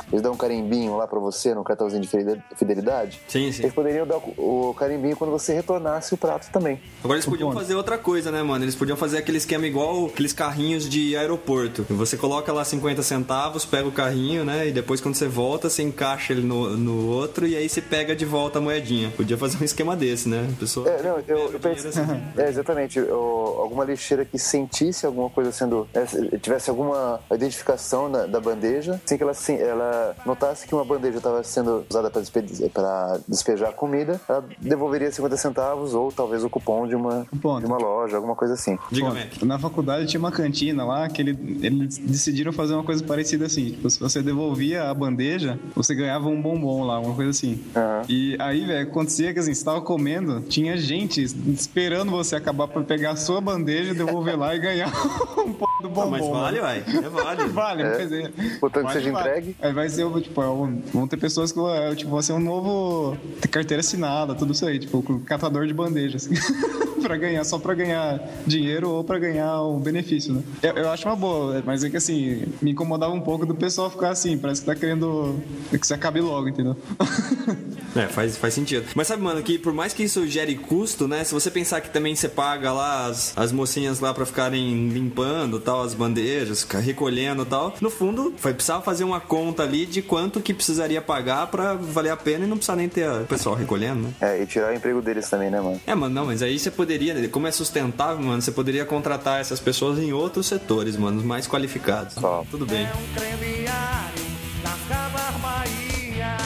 carimbinho lá pra você no cartãozinho de fidelidade. Sim, sim. Eles poderiam dar o carimbinho quando você retornasse o prato também. Agora eles podiam fazer outra coisa, né, mano? Eles podiam fazer aquele esquema igual aqueles carrinhos de aeroporto. Você coloca lá 50 centavos, pega o carrinho, né? E depois quando você volta, você encaixa ele no outro e aí você pega de volta a moedinha. Podia fazer um esquema desse, né? A pessoa Eu pensei... assim. exatamente. Alguma lixeira que sentisse alguma coisa sendo... tivesse alguma identificação da bandeja, assim que ela notasse que uma bandeja estava sendo usada para despejar comida, ela devolveria 50 centavos ou talvez o cupom de uma loja, alguma coisa assim. Diga, Mac. Na faculdade tinha uma cantina lá que eles decidiram fazer uma coisa parecida assim. Tipo, se você devolvia a bandeja, você ganhava um bombom lá, uma coisa assim. Uhum. E aí, velho, acontecia que assim, você tava comendo, tinha gente esperando você acabar pra pegar a sua bandeja, devolver lá e ganhar um pouco do bombom. Mas vale, uai. É válido. Vale, quer dizer. Portanto, seja entregue. Aí vai ser, tipo, vão ter pessoas que vai ser um novo carteira assinada, tudo isso aí, tipo, catador de bandeja, assim. Só pra ganhar dinheiro ou pra ganhar um benefício, né? Eu acho uma boa, mas é que assim, me incomodava um pouco do pessoal ficar assim, parece que tá querendo que isso acabe logo, entendeu? Faz sentido. Mas sabe, mano, que por mais que isso gere custo, né? Se você pensar que também você paga lá as mocinhas lá pra ficarem limpando tal, as bandejas, ficar recolhendo e tal, no fundo, vai precisar fazer uma conta ali de quanto que precisaria pagar pra valer a pena e não precisar nem ter o pessoal recolhendo, né? E tirar o emprego deles também, né, mano? Mano, não, mas aí você poderia, como é sustentável, mano, você poderia contratar essas pessoas em outros setores, mano, os mais qualificados. Tudo bem. Cremiário das Casas Bahia.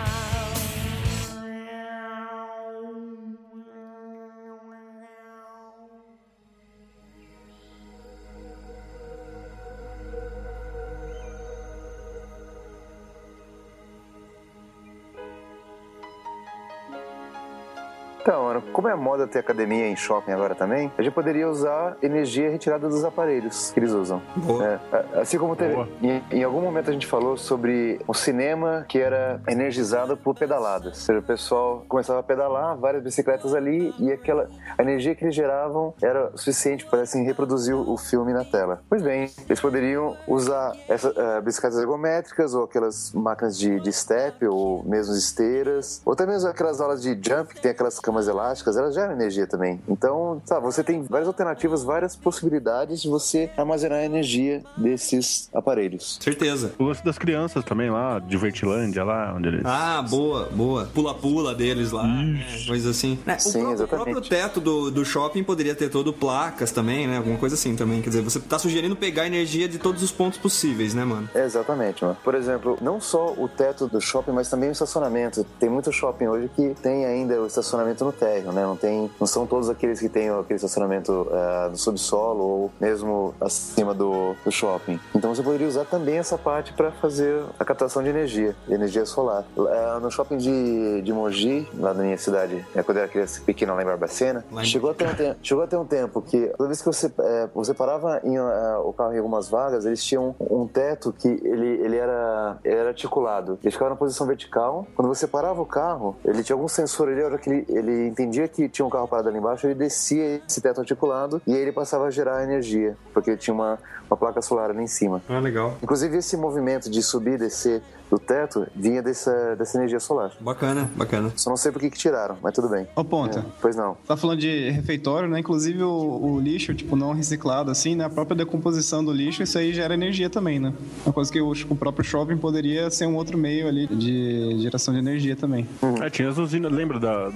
Então, mano, como é moda ter academia em shopping agora também, a gente poderia usar energia retirada dos aparelhos que eles usam. Boa. Assim como teve... Em algum momento a gente falou sobre o cinema que era energizado por pedaladas. Ou seja, o pessoal começava a pedalar, várias bicicletas ali, e a energia que eles geravam era suficiente para assim, reproduzir o filme na tela. Pois bem, eles poderiam usar essas bicicletas ergométricas ou aquelas máquinas de step ou mesmo esteiras, ou até mesmo aquelas aulas de jump que tem aquelas camas elásticas, elas geram energia também. Então, sabe, você tem várias alternativas, várias possibilidades de você armazenar a energia desses aparelhos. Certeza. O lance das crianças também lá, de Vertilândia lá, onde eles... Boa. Pula-pula deles lá, coisa assim. Sim, o próprio teto do shopping poderia ter todo placas também, né? Alguma coisa assim também. Quer dizer, você tá sugerindo pegar energia de todos os pontos possíveis, né, mano? Exatamente, mano. Por exemplo, não só o teto do shopping, mas também o estacionamento. Tem muito shopping hoje que tem ainda o estacionamento no térreo, né? Não são todos aqueles que tem aquele estacionamento no subsolo ou mesmo acima do shopping. Então você poderia usar também essa parte para fazer a captação de energia solar. No shopping de Mogi, lá na minha cidade, quando eu era criança pequena lá em Barbacena, chegou até um tempo que toda vez que você parava o carro em algumas vagas, eles tinham um teto que ele era articulado. Ele ficava na posição vertical. Quando você parava o carro, ele tinha algum sensor ali, a hora que ele entendia que tinha um carro parado ali embaixo, ele descia esse teto articulado e aí ele passava a gerar energia, porque tinha uma placa solar ali em cima. Legal. Inclusive esse movimento de subir e descer do teto vinha dessa energia solar. Bacana. Só não sei por que tiraram, mas tudo bem. Ô, Ponta. Pois não. Tá falando de refeitório, né? Inclusive o lixo, tipo, não reciclado, assim, né? A própria decomposição do lixo, isso aí gera energia também, né? Uma coisa que o próprio shopping poderia ser um outro meio ali de geração de energia também. Tinha as usinas, lembra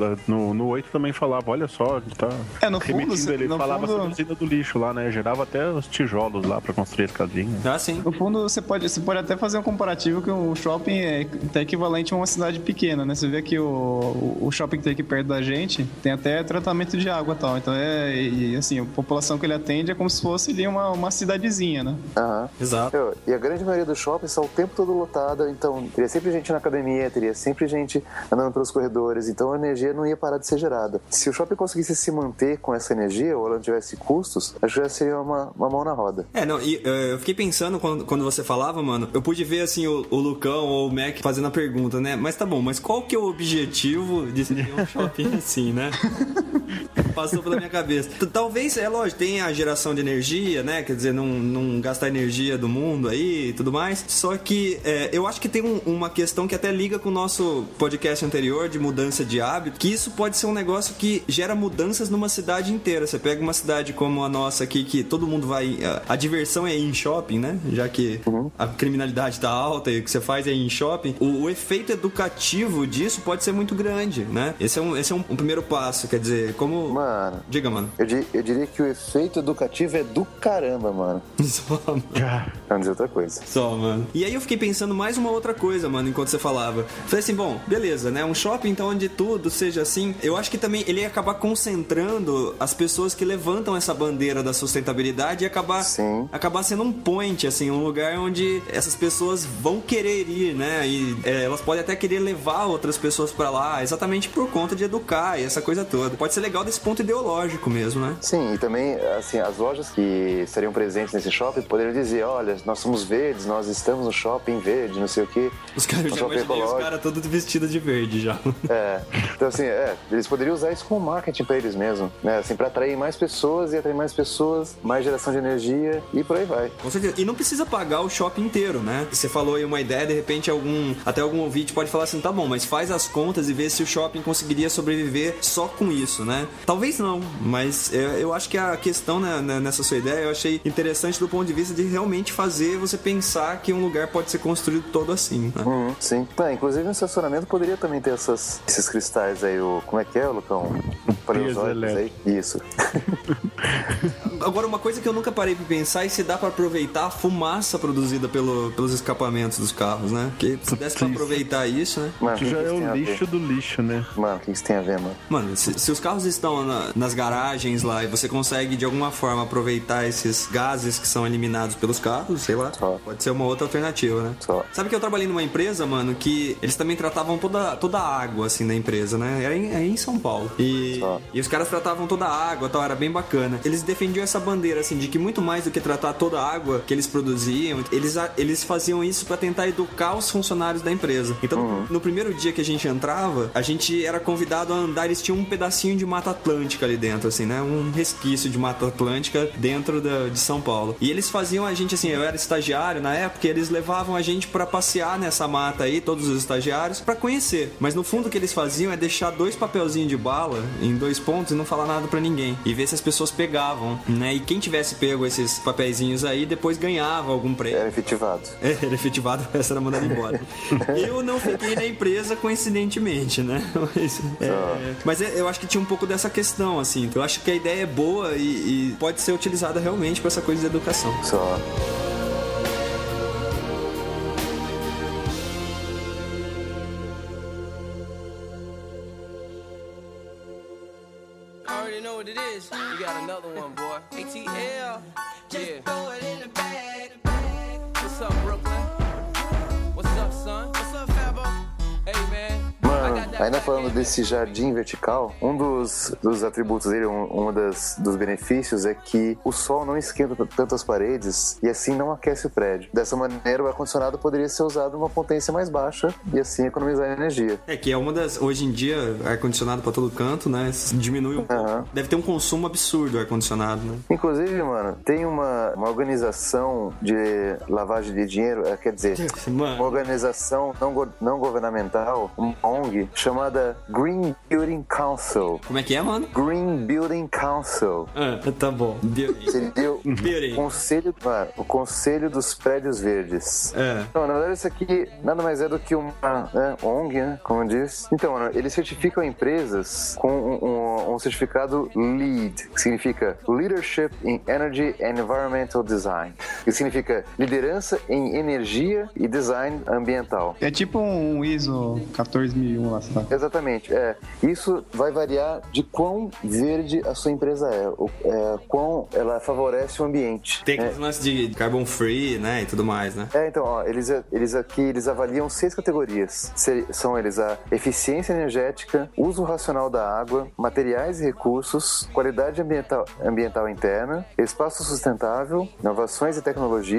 no 8 também falava, olha só, tá no fundo, ele falava sobre a usina do lixo lá, né? Gerava até os tijolos lá pra construir as casinhas. Sim. No fundo, você pode até fazer um comparativo que o shopping é até equivalente a uma cidade pequena, né? Você vê que o shopping que tem aqui perto da gente tem até tratamento de água e tal. Então assim, a população que ele atende é como se fosse ali uma cidadezinha, né? Exato. E a grande maioria dos shoppings está o tempo todo lotada, então teria sempre gente na academia, teria sempre gente andando pelos corredores, então a energia não ia parar de ser gerada. Se o shopping conseguisse se manter com essa energia, ou ela não tivesse custos, acho que já seria uma mão na roda. Eu fiquei pensando quando você falava, mano, eu pude ver assim o Lucão ou o Mac fazendo a pergunta, né? Mas tá bom, mas qual que é o objetivo de ser um shopping assim, né? Passou pela minha cabeça. Talvez, é lógico, tem a geração de energia, né? Quer dizer, não gastar energia do mundo aí e tudo mais. Só que eu acho que tem uma questão que até liga com o nosso podcast anterior de mudança de hábito, que isso pode ser um negócio que gera mudanças numa cidade inteira. Você pega uma cidade como a nossa aqui, que todo mundo vai... A diversão é ir em shopping, né? Já que a criminalidade tá alta e o que você faz é ir em shopping. O efeito educativo disso pode ser muito grande, né? Esse é um primeiro passo, quer dizer, como... Mano... Diga, mano. Eu diria que o efeito educativo é do caramba, mano. Só, mano. Não dizer outra coisa. Só, mano. E aí eu fiquei pensando mais uma outra coisa, mano, enquanto você falava. Falei assim, bom, beleza, né? Um shopping, então, onde tudo seja assim. Eu acho que também ele ia acabar concentrando as pessoas que levantam essa bandeira da sustentabilidade e acabar sendo um point, assim, um lugar onde essas pessoas vão querer ir, né? E elas podem até querer levar outras pessoas pra lá, exatamente por conta de educar e essa coisa toda. Pode ser legal desse ponto ideológico mesmo, né? Sim, e também, assim, as lojas que estariam presentes nesse shopping poderiam dizer, olha, nós somos verdes, nós estamos no shopping verde, não sei o quê. Os caras já imaginei os caras todos vestidos de verde já. Então assim, eles poderiam usar isso como marketing pra eles mesmo, né? Assim, pra atrair mais pessoas e atrair mais pessoas, mais geração de energia e por aí vai. Com certeza. E não precisa pagar o shopping inteiro, né? Você falou aí uma ideia, de repente até algum ouvinte pode falar assim, tá bom, mas faz as contas e vê se o shopping conseguiria sobreviver só com isso, né? Talvez não, mas eu acho que a questão, né, nessa sua ideia, eu achei interessante do ponto de vista de realmente fazer você pensar que um lugar pode ser construído todo assim, né? Sim. Inclusive no estacionamento poderia também ter esses cristais aí, como é que é, Lucão? Paleozóicos aí? Isso. Agora, uma coisa que eu nunca parei pra pensar é se dá pra aproveitar a fumaça produzida pelos escapamentos dos carros, né? Porque se desse pra aproveitar isso, né? Mano, que já é o lixo do lixo, né? Mano, o que isso tem a ver, mano? Mano, se os carros estão nas garagens lá e você consegue de alguma forma aproveitar esses gases que são eliminados pelos carros, sei lá, pode ser uma outra alternativa, né? Sabe que eu trabalhei numa empresa, mano, que eles também tratavam toda a água, assim, da empresa, né? Era em São Paulo. E os caras tratavam toda a água e tal, era bem bacana. Eles defendiam essa bandeira, assim, de que muito mais do que tratar toda a água que eles produziam, eles faziam isso pra tentar educar os funcionários da empresa. Então, no primeiro dia que a gente entrava, a gente era convidado a andar, eles tinham um pedacinho de Mata Atlântica ali dentro, assim, né? Um resquício de Mata Atlântica dentro de São Paulo. E eles faziam a gente, assim, eu era estagiário na época, e eles levavam a gente pra passear nessa mata aí, todos os estagiários, pra conhecer. Mas no fundo o que eles faziam é deixar 2 papelzinhos de bala em 2 pontos e não falar nada pra ninguém. E ver se as pessoas pegavam, né? E quem tivesse pego esses papeizinhos aí, depois ganhava algum prêmio. Era efetivado. Era efetivado, o resto era mandado embora. Eu não fiquei na empresa coincidentemente, né? Mas eu acho que tinha um pouco dessa questão, assim. Eu acho que a ideia é boa e pode ser utilizada realmente pra essa coisa de educação. Ainda falando desse jardim vertical, um dos atributos dele, dos benefícios é que o sol não esquenta tanto as paredes e assim não aquece o prédio. Dessa maneira, o ar-condicionado poderia ser usado numa potência mais baixa e assim economizar energia. Que é uma das... Hoje em dia, ar-condicionado pra todo canto, né? Diminui um pouco. Deve ter um consumo absurdo o ar-condicionado, né? Inclusive, mano, tem uma organização de lavagem de dinheiro, quer dizer, uma organização não governamental, uma ONG, chamada Green Building Council. Como é que é, mano? Green Building Council. Tá bom. Seria o Conselho dos Prédios Verdes. Então, na verdade, isso aqui nada mais é do que uma ONG, né? Como diz. Então, mano, eles certificam empresas com um certificado LEED, que significa Leadership in Energy and Environmental Design, que significa liderança em energia e design ambiental. É tipo um ISO 14001 lá, sabe? Exatamente. Isso vai variar de quão verde a sua empresa quão ela favorece o ambiente. Tem aqueles lances de carbon free, né, e tudo mais, né? Então, ó, eles avaliam 6 categorias. São eles a eficiência energética, uso racional da água, materiais e recursos, qualidade ambiental interna, espaço sustentável, inovações e tecnologias,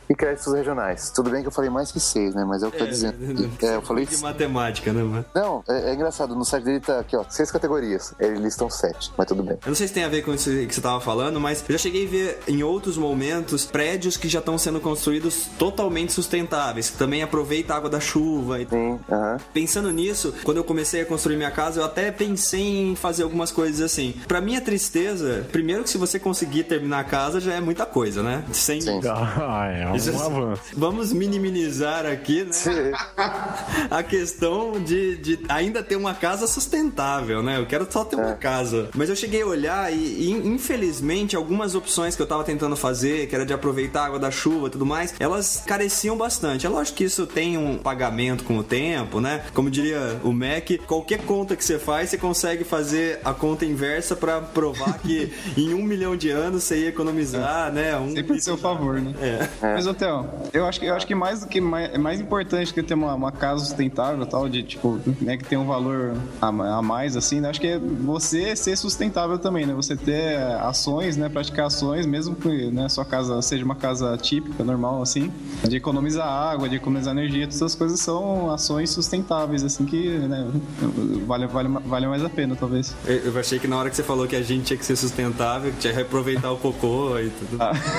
e créditos regionais. Tudo bem que eu falei mais que 6, né? Mas é o que tá dizendo. Eu falei de matemática, né, mano? Não, é engraçado. No site dele tá aqui, ó, 6 categorias. Eles listam 7, mas tudo bem. Eu não sei se tem a ver com isso que você tava falando, mas eu já cheguei a ver em outros momentos prédios que já estão sendo construídos totalmente sustentáveis, que também aproveita a água da chuva. Sim, Pensando nisso, quando eu comecei a construir minha casa, eu até pensei em fazer algumas coisas assim. Pra minha tristeza, primeiro que se você conseguir terminar a casa, já é muita coisa, né? Sim. É um avanço. Vamos minimizar aqui, né? Sim. A questão de ainda ter uma casa sustentável, né? Eu quero só ter uma casa. Mas eu cheguei a olhar e infelizmente, algumas opções que eu tava tentando fazer, que era de aproveitar a água da chuva e tudo mais, elas careciam bastante. É lógico que isso tem um pagamento com o tempo, né? Como diria o Mac, qualquer conta que você faz, você consegue fazer a conta inversa pra provar que em 1 milhão de anos você ia economizar, né? Sempre a seu favor, né? Mas, Theo, eu acho que mais importante que ter uma casa sustentável e tal, de tipo, né, que tem um valor a mais, assim, né? Acho que é você ser sustentável também, né? Você ter ações, né? Praticar ações, mesmo que, né, sua casa seja uma casa típica, normal, assim, de economizar água, de economizar energia, todas essas coisas são ações sustentáveis, assim, que, né, vale mais a pena, talvez. Eu achei que na hora que você falou que a gente tinha que ser sustentável, que tinha que reaproveitar o cocô e tudo.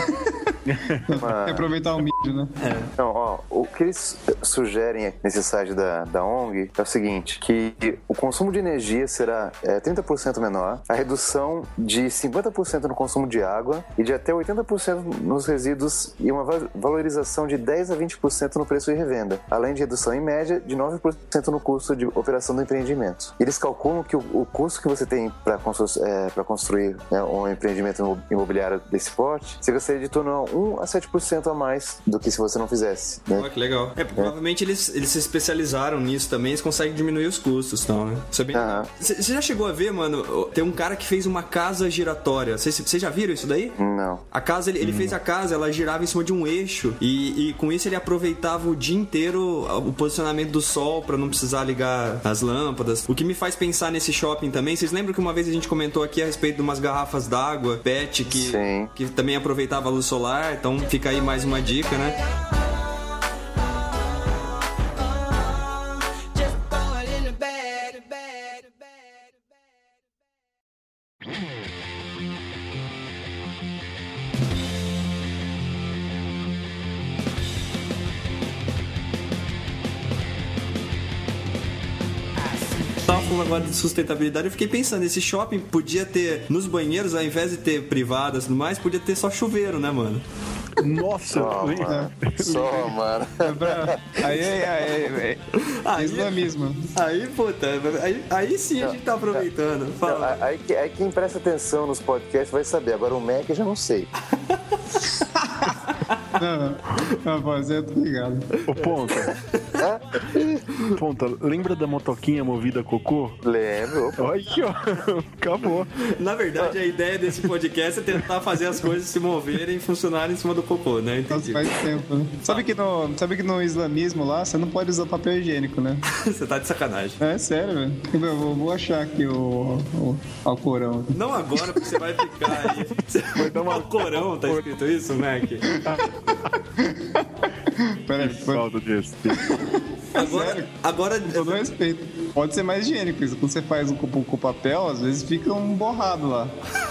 Aproveitar o mídia, né? Então, ó, o que eles sugerem nesse site da ONG é o seguinte, que o consumo de energia será 30% menor, a redução de 50% no consumo de água e de até 80% nos resíduos e uma valorização de 10% a 20% no preço de revenda, além de redução em média de 9% no custo de operação do empreendimento. Eles calculam que o custo que você tem para construir, né, um empreendimento imobiliário desse porte, você gostaria de tornar 1 a 7% a mais do que se você não fizesse, né? Que legal. Provavelmente eles se especializaram nisso também, eles conseguem diminuir os custos, então, né? Isso é bem legal. Você já chegou a ver, mano, tem um cara que fez uma casa giratória. Vocês já viram isso daí? Não. A casa, ele fez a casa, ela girava em cima de um eixo e com isso ele aproveitava o dia inteiro o posicionamento do sol pra não precisar ligar as lâmpadas. O que me faz pensar nesse shopping também, vocês lembram que uma vez a gente comentou aqui a respeito de umas garrafas d'água PET que também aproveitava a luz solar, então fica aí mais uma dica, né? Tava falando agora de sustentabilidade, eu fiquei pensando, esse shopping podia ter, nos banheiros, ao invés de ter privadas e tudo mais, podia ter só chuveiro, né, mano? Nossa! Só, mano. Aí islamismo. Aí, puta, aí sim a gente tá aproveitando. Fala. Aí quem presta atenção nos podcasts vai saber, agora o Mac eu já não sei. Não, você tá ligado. Ô, Ponta, lembra da motoquinha movida a cocô? Lembro. Olha aqui, ó. Acabou. Na verdade, a ideia desse podcast é tentar fazer as coisas se moverem e funcionarem em cima do cocô, né? Entendi. Nossa, faz tempo, né? Sabe que no islamismo lá, você não pode usar papel higiênico, né? Você tá de sacanagem. É sério, velho. Eu vou achar aqui o Alcorão. Não agora, porque você vai ficar aí. Vai dar um Alcorão, tá escrito isso, Mac? Peraí, Falta de respeito. Agora com todo respeito. Pode ser mais higiênico isso. Quando você faz com papel, às vezes fica um borrado lá.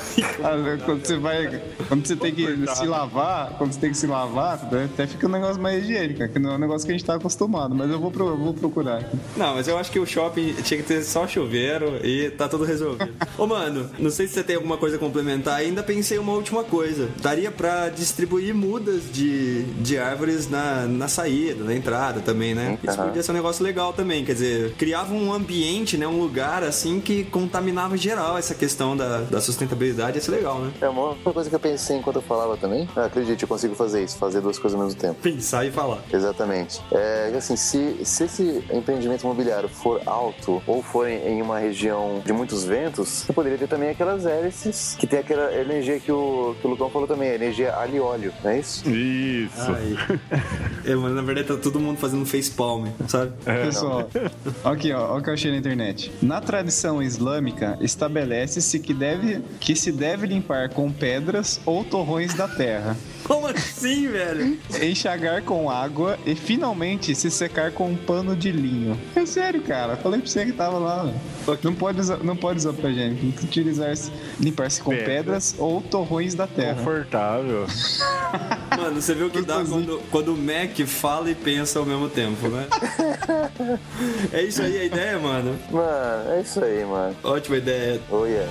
Quando você tem que se lavar, até fica um negócio mais higiênico, que não é um negócio que a gente tá acostumado, mas eu vou procurar. Não, mas eu acho que o shopping tinha que ter só chuveiro e tá tudo resolvido. Ô, mano, não sei se você tem alguma coisa a complementar, ainda pensei uma última coisa. Daria pra distribuir mudas de árvores na saída, na entrada também, né? Isso podia ser um negócio legal também, quer dizer, criava um ambiente, né, um lugar assim que contaminava geral essa questão da sustentabilidade. Ia ser legal, né? É uma outra coisa que eu pensei enquanto eu falava também. Acredite, eu consigo fazer isso, fazer duas coisas ao mesmo tempo. Pensar e falar. Exatamente. Assim, se esse empreendimento imobiliário for alto ou for em uma região de muitos ventos, você poderia ter também aquelas hélices que tem aquela energia que o Lucão falou também, a energia alho e óleo, não é isso? Isso. Mas na verdade tá todo mundo fazendo facepalm, sabe? Pessoal, aqui ó, o que eu achei na internet. Na tradição islâmica, estabelece-se que se deve limpar com pedras ou torrões da terra. Como assim, velho? Enxagar com água e finalmente se secar com um pano de linho. É sério, cara. Falei pra você que tava lá. Não pode usar pra gente. Tem que limpar-se com pedras ou torrões da terra. Confortável. Mano, você viu o que dá quando o Mac fala e pensa ao mesmo tempo, né? É isso aí a ideia, mano? Mano, é isso aí, mano. Ótima ideia. Oh, yeah.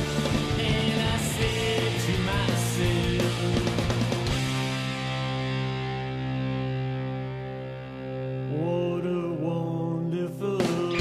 What a wonderful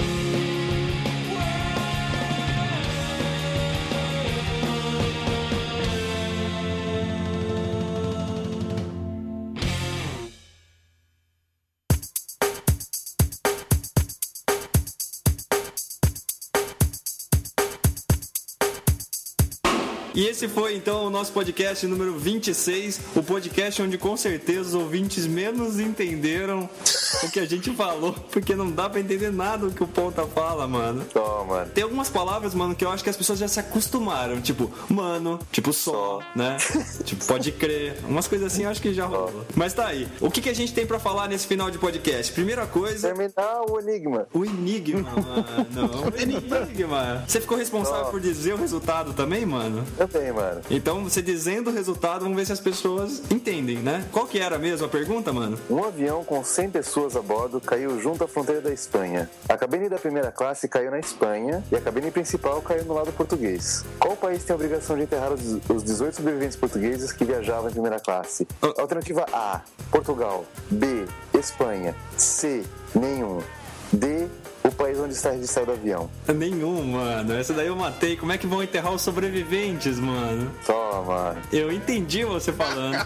E esse foi então o nosso podcast número 26, o podcast onde com certeza os ouvintes menos entenderam o que a gente falou, porque não dá pra entender nada do que o Ponta fala, mano. Só, mano. Tem algumas palavras, mano, que eu acho que as pessoas já se acostumaram, tipo, mano, tipo só, né? Tipo, pode crer. Umas coisas assim eu acho que já rolou. Mas tá aí. O que a gente tem pra falar nesse final de podcast? Primeira coisa... Terminar o enigma. O enigma, mano. O enigma. Você ficou responsável por dizer o resultado também, mano? Também, mano. Então, você dizendo o resultado, vamos ver se as pessoas entendem, né? Qual que era mesmo a pergunta, mano? Um avião com 100 pessoas a bordo caiu junto à fronteira da Espanha. A cabine da primeira classe caiu na Espanha e a cabine principal caiu no lado português. Qual país tem a obrigação de enterrar os 18 sobreviventes portugueses que viajavam em primeira classe? Alternativa A, Portugal. B, Espanha. C, nenhum. D, o país onde está registrado o avião. Nenhum, mano. Essa daí eu matei. Como é que vão enterrar os sobreviventes, mano? Só, mano. Eu entendi você falando.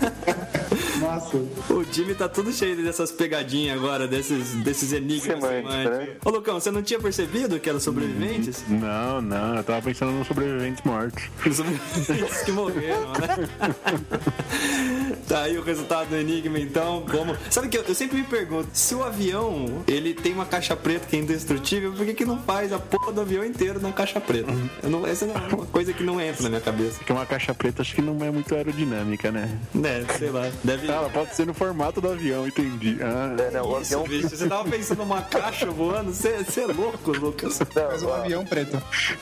Nossa. O Jimmy tá tudo cheio dessas pegadinhas agora, desses enigmas. Semântica, né? Ô, Lucão, você não tinha percebido que eram sobreviventes? Não, eu tava pensando nos sobreviventes mortos. Os sobreviventes que morreram, né? Tá aí o resultado do enigma, então. Como... Sabe que eu sempre me pergunto, se o avião, ele tem uma caixa preta que é indestrutível, por que não faz a porra do avião inteiro na caixa preta? Essa não é uma coisa que não entra na minha cabeça. Porque uma caixa preta acho que não é muito aerodinâmica, né? Né, sei lá. Deve... Ela pode ser no formato do avião, entendi. Não, o Isso, avião... bicho, você tava pensando numa caixa voando? Você é louco, Lucas. Mas um avião preto.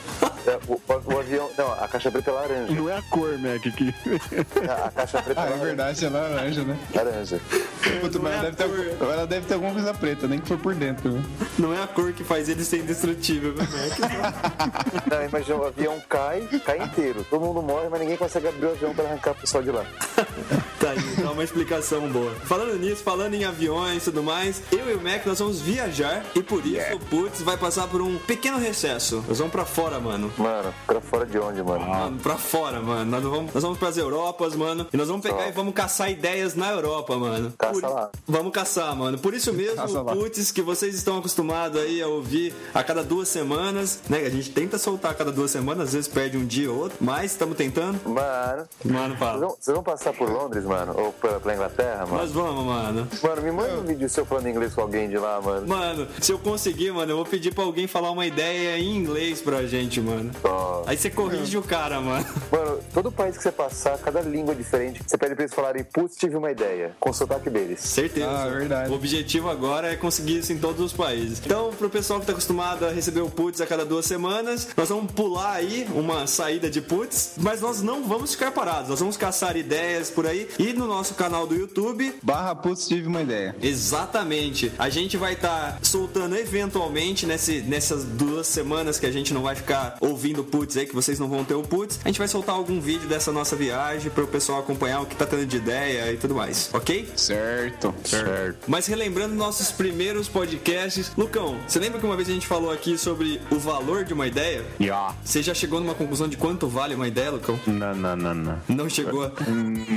O avião... Não, a caixa preta é laranja. Não é a cor, Mac, que... A caixa preta Ah, é é laranja. verdade, é laranja, né? Laranja. Puta, Não mas é a ela deve ter alguma coisa preta, nem que for por dentro. Né? Não é a cor que faz ele ser indestrutível, né? Não, imagina, o avião cai inteiro. Todo mundo morre, mas ninguém consegue abrir o avião para arrancar o pessoal de lá. Tá aí, dá uma explicação boa. Falando nisso, falando em aviões e tudo mais, eu e o Mac, nós vamos viajar e por isso o Putz vai passar por um pequeno recesso. Nós vamos pra fora, mano. Mano, pra fora de onde, mano? Mano, pra fora, mano. Nós vamos pras Europas, mano. E nós vamos pegar e vamos caçar ideias na Europa, mano. Caça lá. Vamos caçar, mano. Por isso mesmo, Caça o lá. Putz, que vocês estão acostumados aí a ouvir a cada 2 semanas, né? A gente tenta soltar a cada 2 semanas, às vezes perde um dia ou outro, mas estamos tentando. Mano, Mano, fala. vocês vão passar por Londres, mano? Ou pela Inglaterra, mano? Nós vamos, mano. Mano, me manda um vídeo seu falando inglês com alguém de lá, mano. Mano, se eu conseguir, mano, eu vou pedir pra alguém falar uma ideia em inglês pra gente, mano. Ó. Aí você corrige o cara, mano. Mano, todo país que você passar, cada língua diferente, você pede pra eles falarem, putz, tive uma ideia, com o sotaque deles. Certeza. Ah, verdade. O objetivo agora é conseguir isso em todos os países. Então, pro pessoal que tá acostumado a receber o Putz a cada 2 semanas, nós vamos pular aí uma saída de Putz, mas nós não vamos ficar parados. Nós vamos caçar ideias por aí e no nosso canal do YouTube. /Putz, tive uma ideia. Exatamente. A gente vai estar soltando eventualmente nessas 2 semanas que a gente não vai ficar ouvindo o Putz aí, que vocês não vão ter o Putz. A gente vai soltar algum vídeo dessa nossa viagem para o pessoal acompanhar o que tá tendo de ideia e tudo mais, ok? Certo. Mas relembrando nossos primeiros podcasts, Lucão, você lembra que uma vez a gente falou aqui sobre o valor de uma ideia? Ya. Você já chegou numa conclusão de quanto vale uma ideia, Lucão? Não. Não chegou?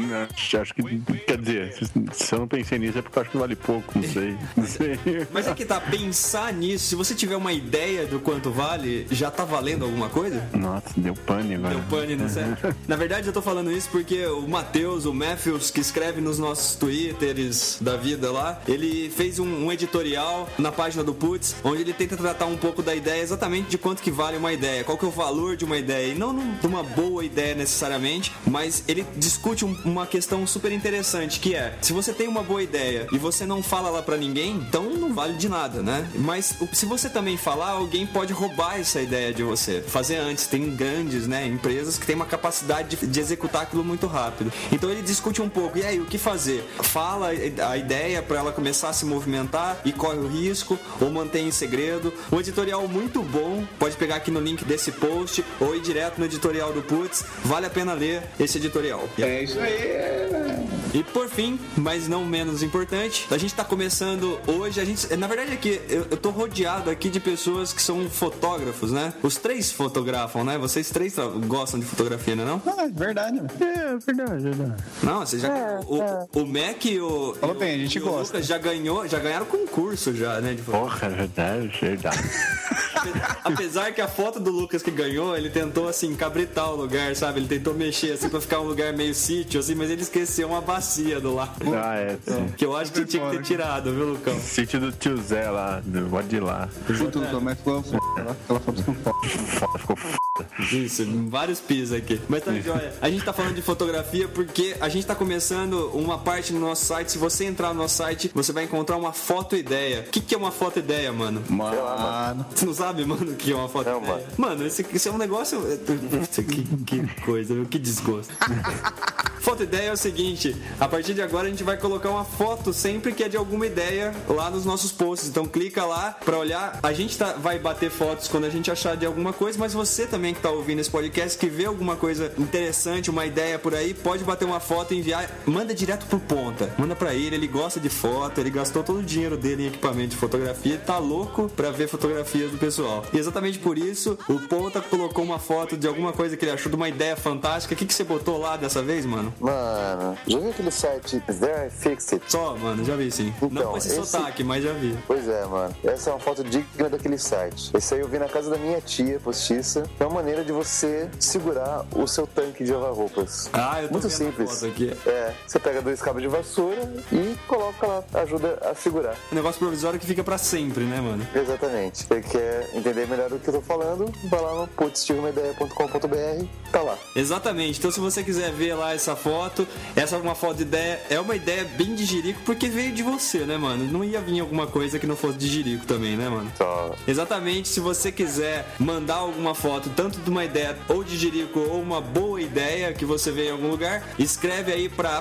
acho que, quer dizer, se eu não pensei nisso é porque eu acho que vale pouco, não sei. Mas é que tá, pensar nisso, se você tiver uma ideia do quanto vale, já tá valendo alguma coisa? Nossa, deu pane agora. Deu pane, não sei. Na verdade, eu tô falando isso porque o Matheus, o Matthews, que escreve nos nossos Twitters da vida lá, ele fez um editorial na página do Putz, onde ele tenta tratar um pouco da ideia exatamente de quanto que vale uma ideia, qual que é o valor de uma ideia, e não de uma boa ideia necessariamente, mas ele discute uma questão super interessante, que é, se você tem uma boa ideia e você não fala lá pra ninguém, então não vale de nada, né? Mas se você também falar, alguém pode roubar essa ideia de você, fazer antes. Tem grandes, né, empresas que têm uma capacidade de executar aquilo muito rápido. Então ele discute um pouco, e aí, o que fazer? Fala a ideia pra ela começar a se movimentar e corre o risco, ou mantém em segredo. Um editorial muito bom, pode pegar aqui no link desse post, ou ir direto no editorial do Putz, vale a pena ler esse editorial. É isso aí. E por fim, mas não menos importante, a gente tá começando hoje, na verdade aqui, eu tô rodeado aqui de pessoas que são fotógrafos, né? Os três fotografam, né? Vocês três gostam de fotografia, não é não? Ah, é verdade, né? É verdade. Não, você já... O Mac e o... Falou bem, a gente gosta. Lucas já ganharam concurso já, né? De Porra, é verdade. Apesar que a foto do Lucas que ganhou, ele tentou, assim, cabritar o lugar, sabe? Ele tentou mexer, assim, pra ficar um lugar meio sítio, assim, mas ele esqueceu uma bacia do lado. Ah, é, sim. Que eu acho que tinha que ter tirado, viu, Lucão? Sítio do tio Zé lá, pode ir lá. Puta, mas ficou foda. Aquela foto ficou foda. Ficou foda. Isso, vários pisos aqui. Mas tá, joia. A gente tá falando de fotografia porque a gente tá começando uma parte no nosso site. Se você entrar no nosso site, você vai encontrar uma foto-ideia. O que é uma foto-ideia, mano? Mano. Você não sabe, mano, o que é uma foto-ideia? Mano, esse é um negócio... Que coisa, meu, que desgosto. Foto-ideia é o seguinte, a partir de agora a gente vai colocar uma foto sempre que é de alguma ideia lá nos nossos posts. Então clica lá pra olhar. A gente vai bater fotos quando a gente achar de alguma coisa, mas você também que tá ouvindo esse podcast, que vê alguma coisa interessante, uma ideia por aí, pode bater uma foto e enviar. Manda direto pro Ponta. Manda pra ele gosta de foto, ele gastou todo o dinheiro dele em equipamento de fotografia, ele tá louco pra ver fotografias do pessoal. E exatamente por isso, o Ponta colocou uma foto de alguma coisa que ele achou de uma ideia fantástica. O que você botou lá dessa vez, mano? Mano, já viu aquele site There I Fixed It? Só, mano, já vi sim. Então, não com esse sotaque, mas já vi. Pois é, mano. Essa é uma foto digna daquele site. Esse aí eu vi na casa da minha tia postiça. É uma maneira de você segurar o seu tanque de lavar roupas. Ah, eu tô muito vendo simples. a foto aqui. É, você pega 2 cabos de vassoura e coloca lá, ajuda a segurar. Um negócio provisório que fica pra sempre, né, mano? Exatamente. Você quer entender melhor do que eu tô falando, vai lá no putztivemaideia.com.br, tá lá. Exatamente. Então se você quiser ver lá essa foto, essa é uma foto de ideia, é uma ideia bem de jirico, porque veio de você, né, mano? Não ia vir alguma coisa que não fosse de jirico também, né, mano? Só. Exatamente. Se você quiser mandar alguma foto, tanto de uma ideia ou de jirico ou uma boa ideia que você vê em algum lugar, escreve aí pra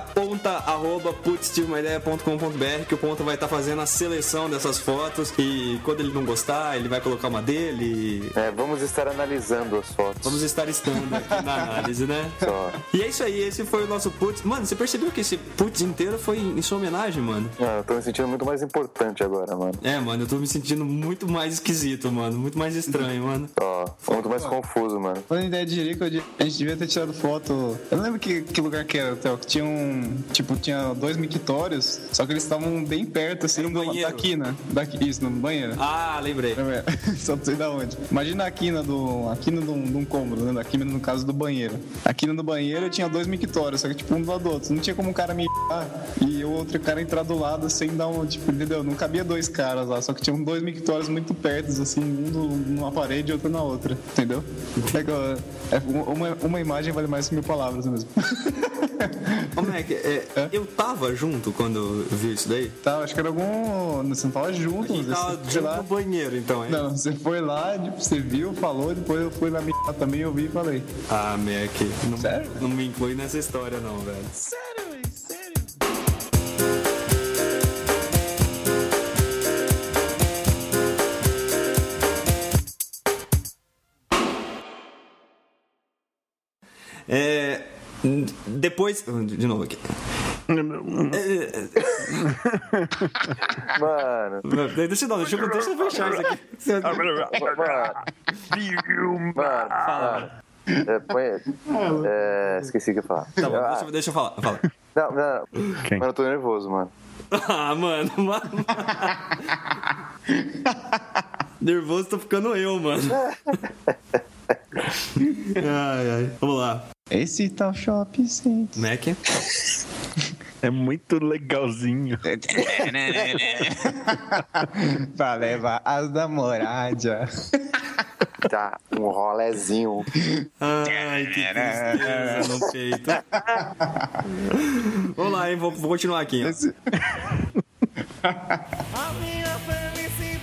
ponta@putztivemaideia.com.br, que o Ponta vai estar fazendo a seleção dessas fotos e quando ele não gostar, ele vai colocar uma dele. É, vamos estar analisando as fotos. Vamos estar estando aqui na análise, né? Só. E é isso aí, esse foi o nosso Putz. Mano, você percebeu que esse Putz inteiro foi em sua homenagem, mano? Ah, eu tô me sentindo muito mais importante agora, mano. É, mano, eu tô me sentindo muito mais esquisito, mano. Muito mais estranho, mano. Ó, muito mais confuso, mano. Falando em ideia de jirico, a gente devia ter tirado foto. Eu não lembro que lugar que era, Theo, que tinha tinha 2 mictórios, só que eles estavam bem perto, assim, no banheiro. da quina. Isso, no banheiro. Ah, lembrei. Só não sei da onde. Imagina a quina de um cômodo, né? A quina no caso do banheiro. A quina do banheiro tinha 2 mictórios, só que tipo um do lado do outro. Não tinha como um cara me e o outro cara entrar do lado sem dar um, tipo, entendeu? Não cabia 2 caras lá, só que tinham 2 mictórios muito perto, assim, um numa parede e outro na outra, entendeu? Uma imagem vale mais que 1000 palavras mesmo. Ô, Mac, eu tava junto quando eu vi isso daí? Tá, acho que era algum... Você não tava junto. A gente tava junto no banheiro, então, hein? Não, você foi lá, você viu, falou, depois eu fui na minha também, eu vi e falei. Ah, Mac, Sério? Não me inclui nessa história não, velho. Sério? Depois... De novo aqui. Mano. Deixa eu fechar isso aqui. Mano. Esqueci o que eu ia falar. Tá bom, deixa eu falar. Fala. Não. Quem? Mano, eu tô nervoso, mano. Ah, mano. Nervoso tô ficando eu, mano. Ai. Vamos lá. Esse tal Shopping Center. Mac. É muito legalzinho. Pra levar as namoradas. Tá, um rolezinho. Ai, que tristeza no peito. Vamos lá, hein? Vou continuar aqui. Ó. A minha felicidade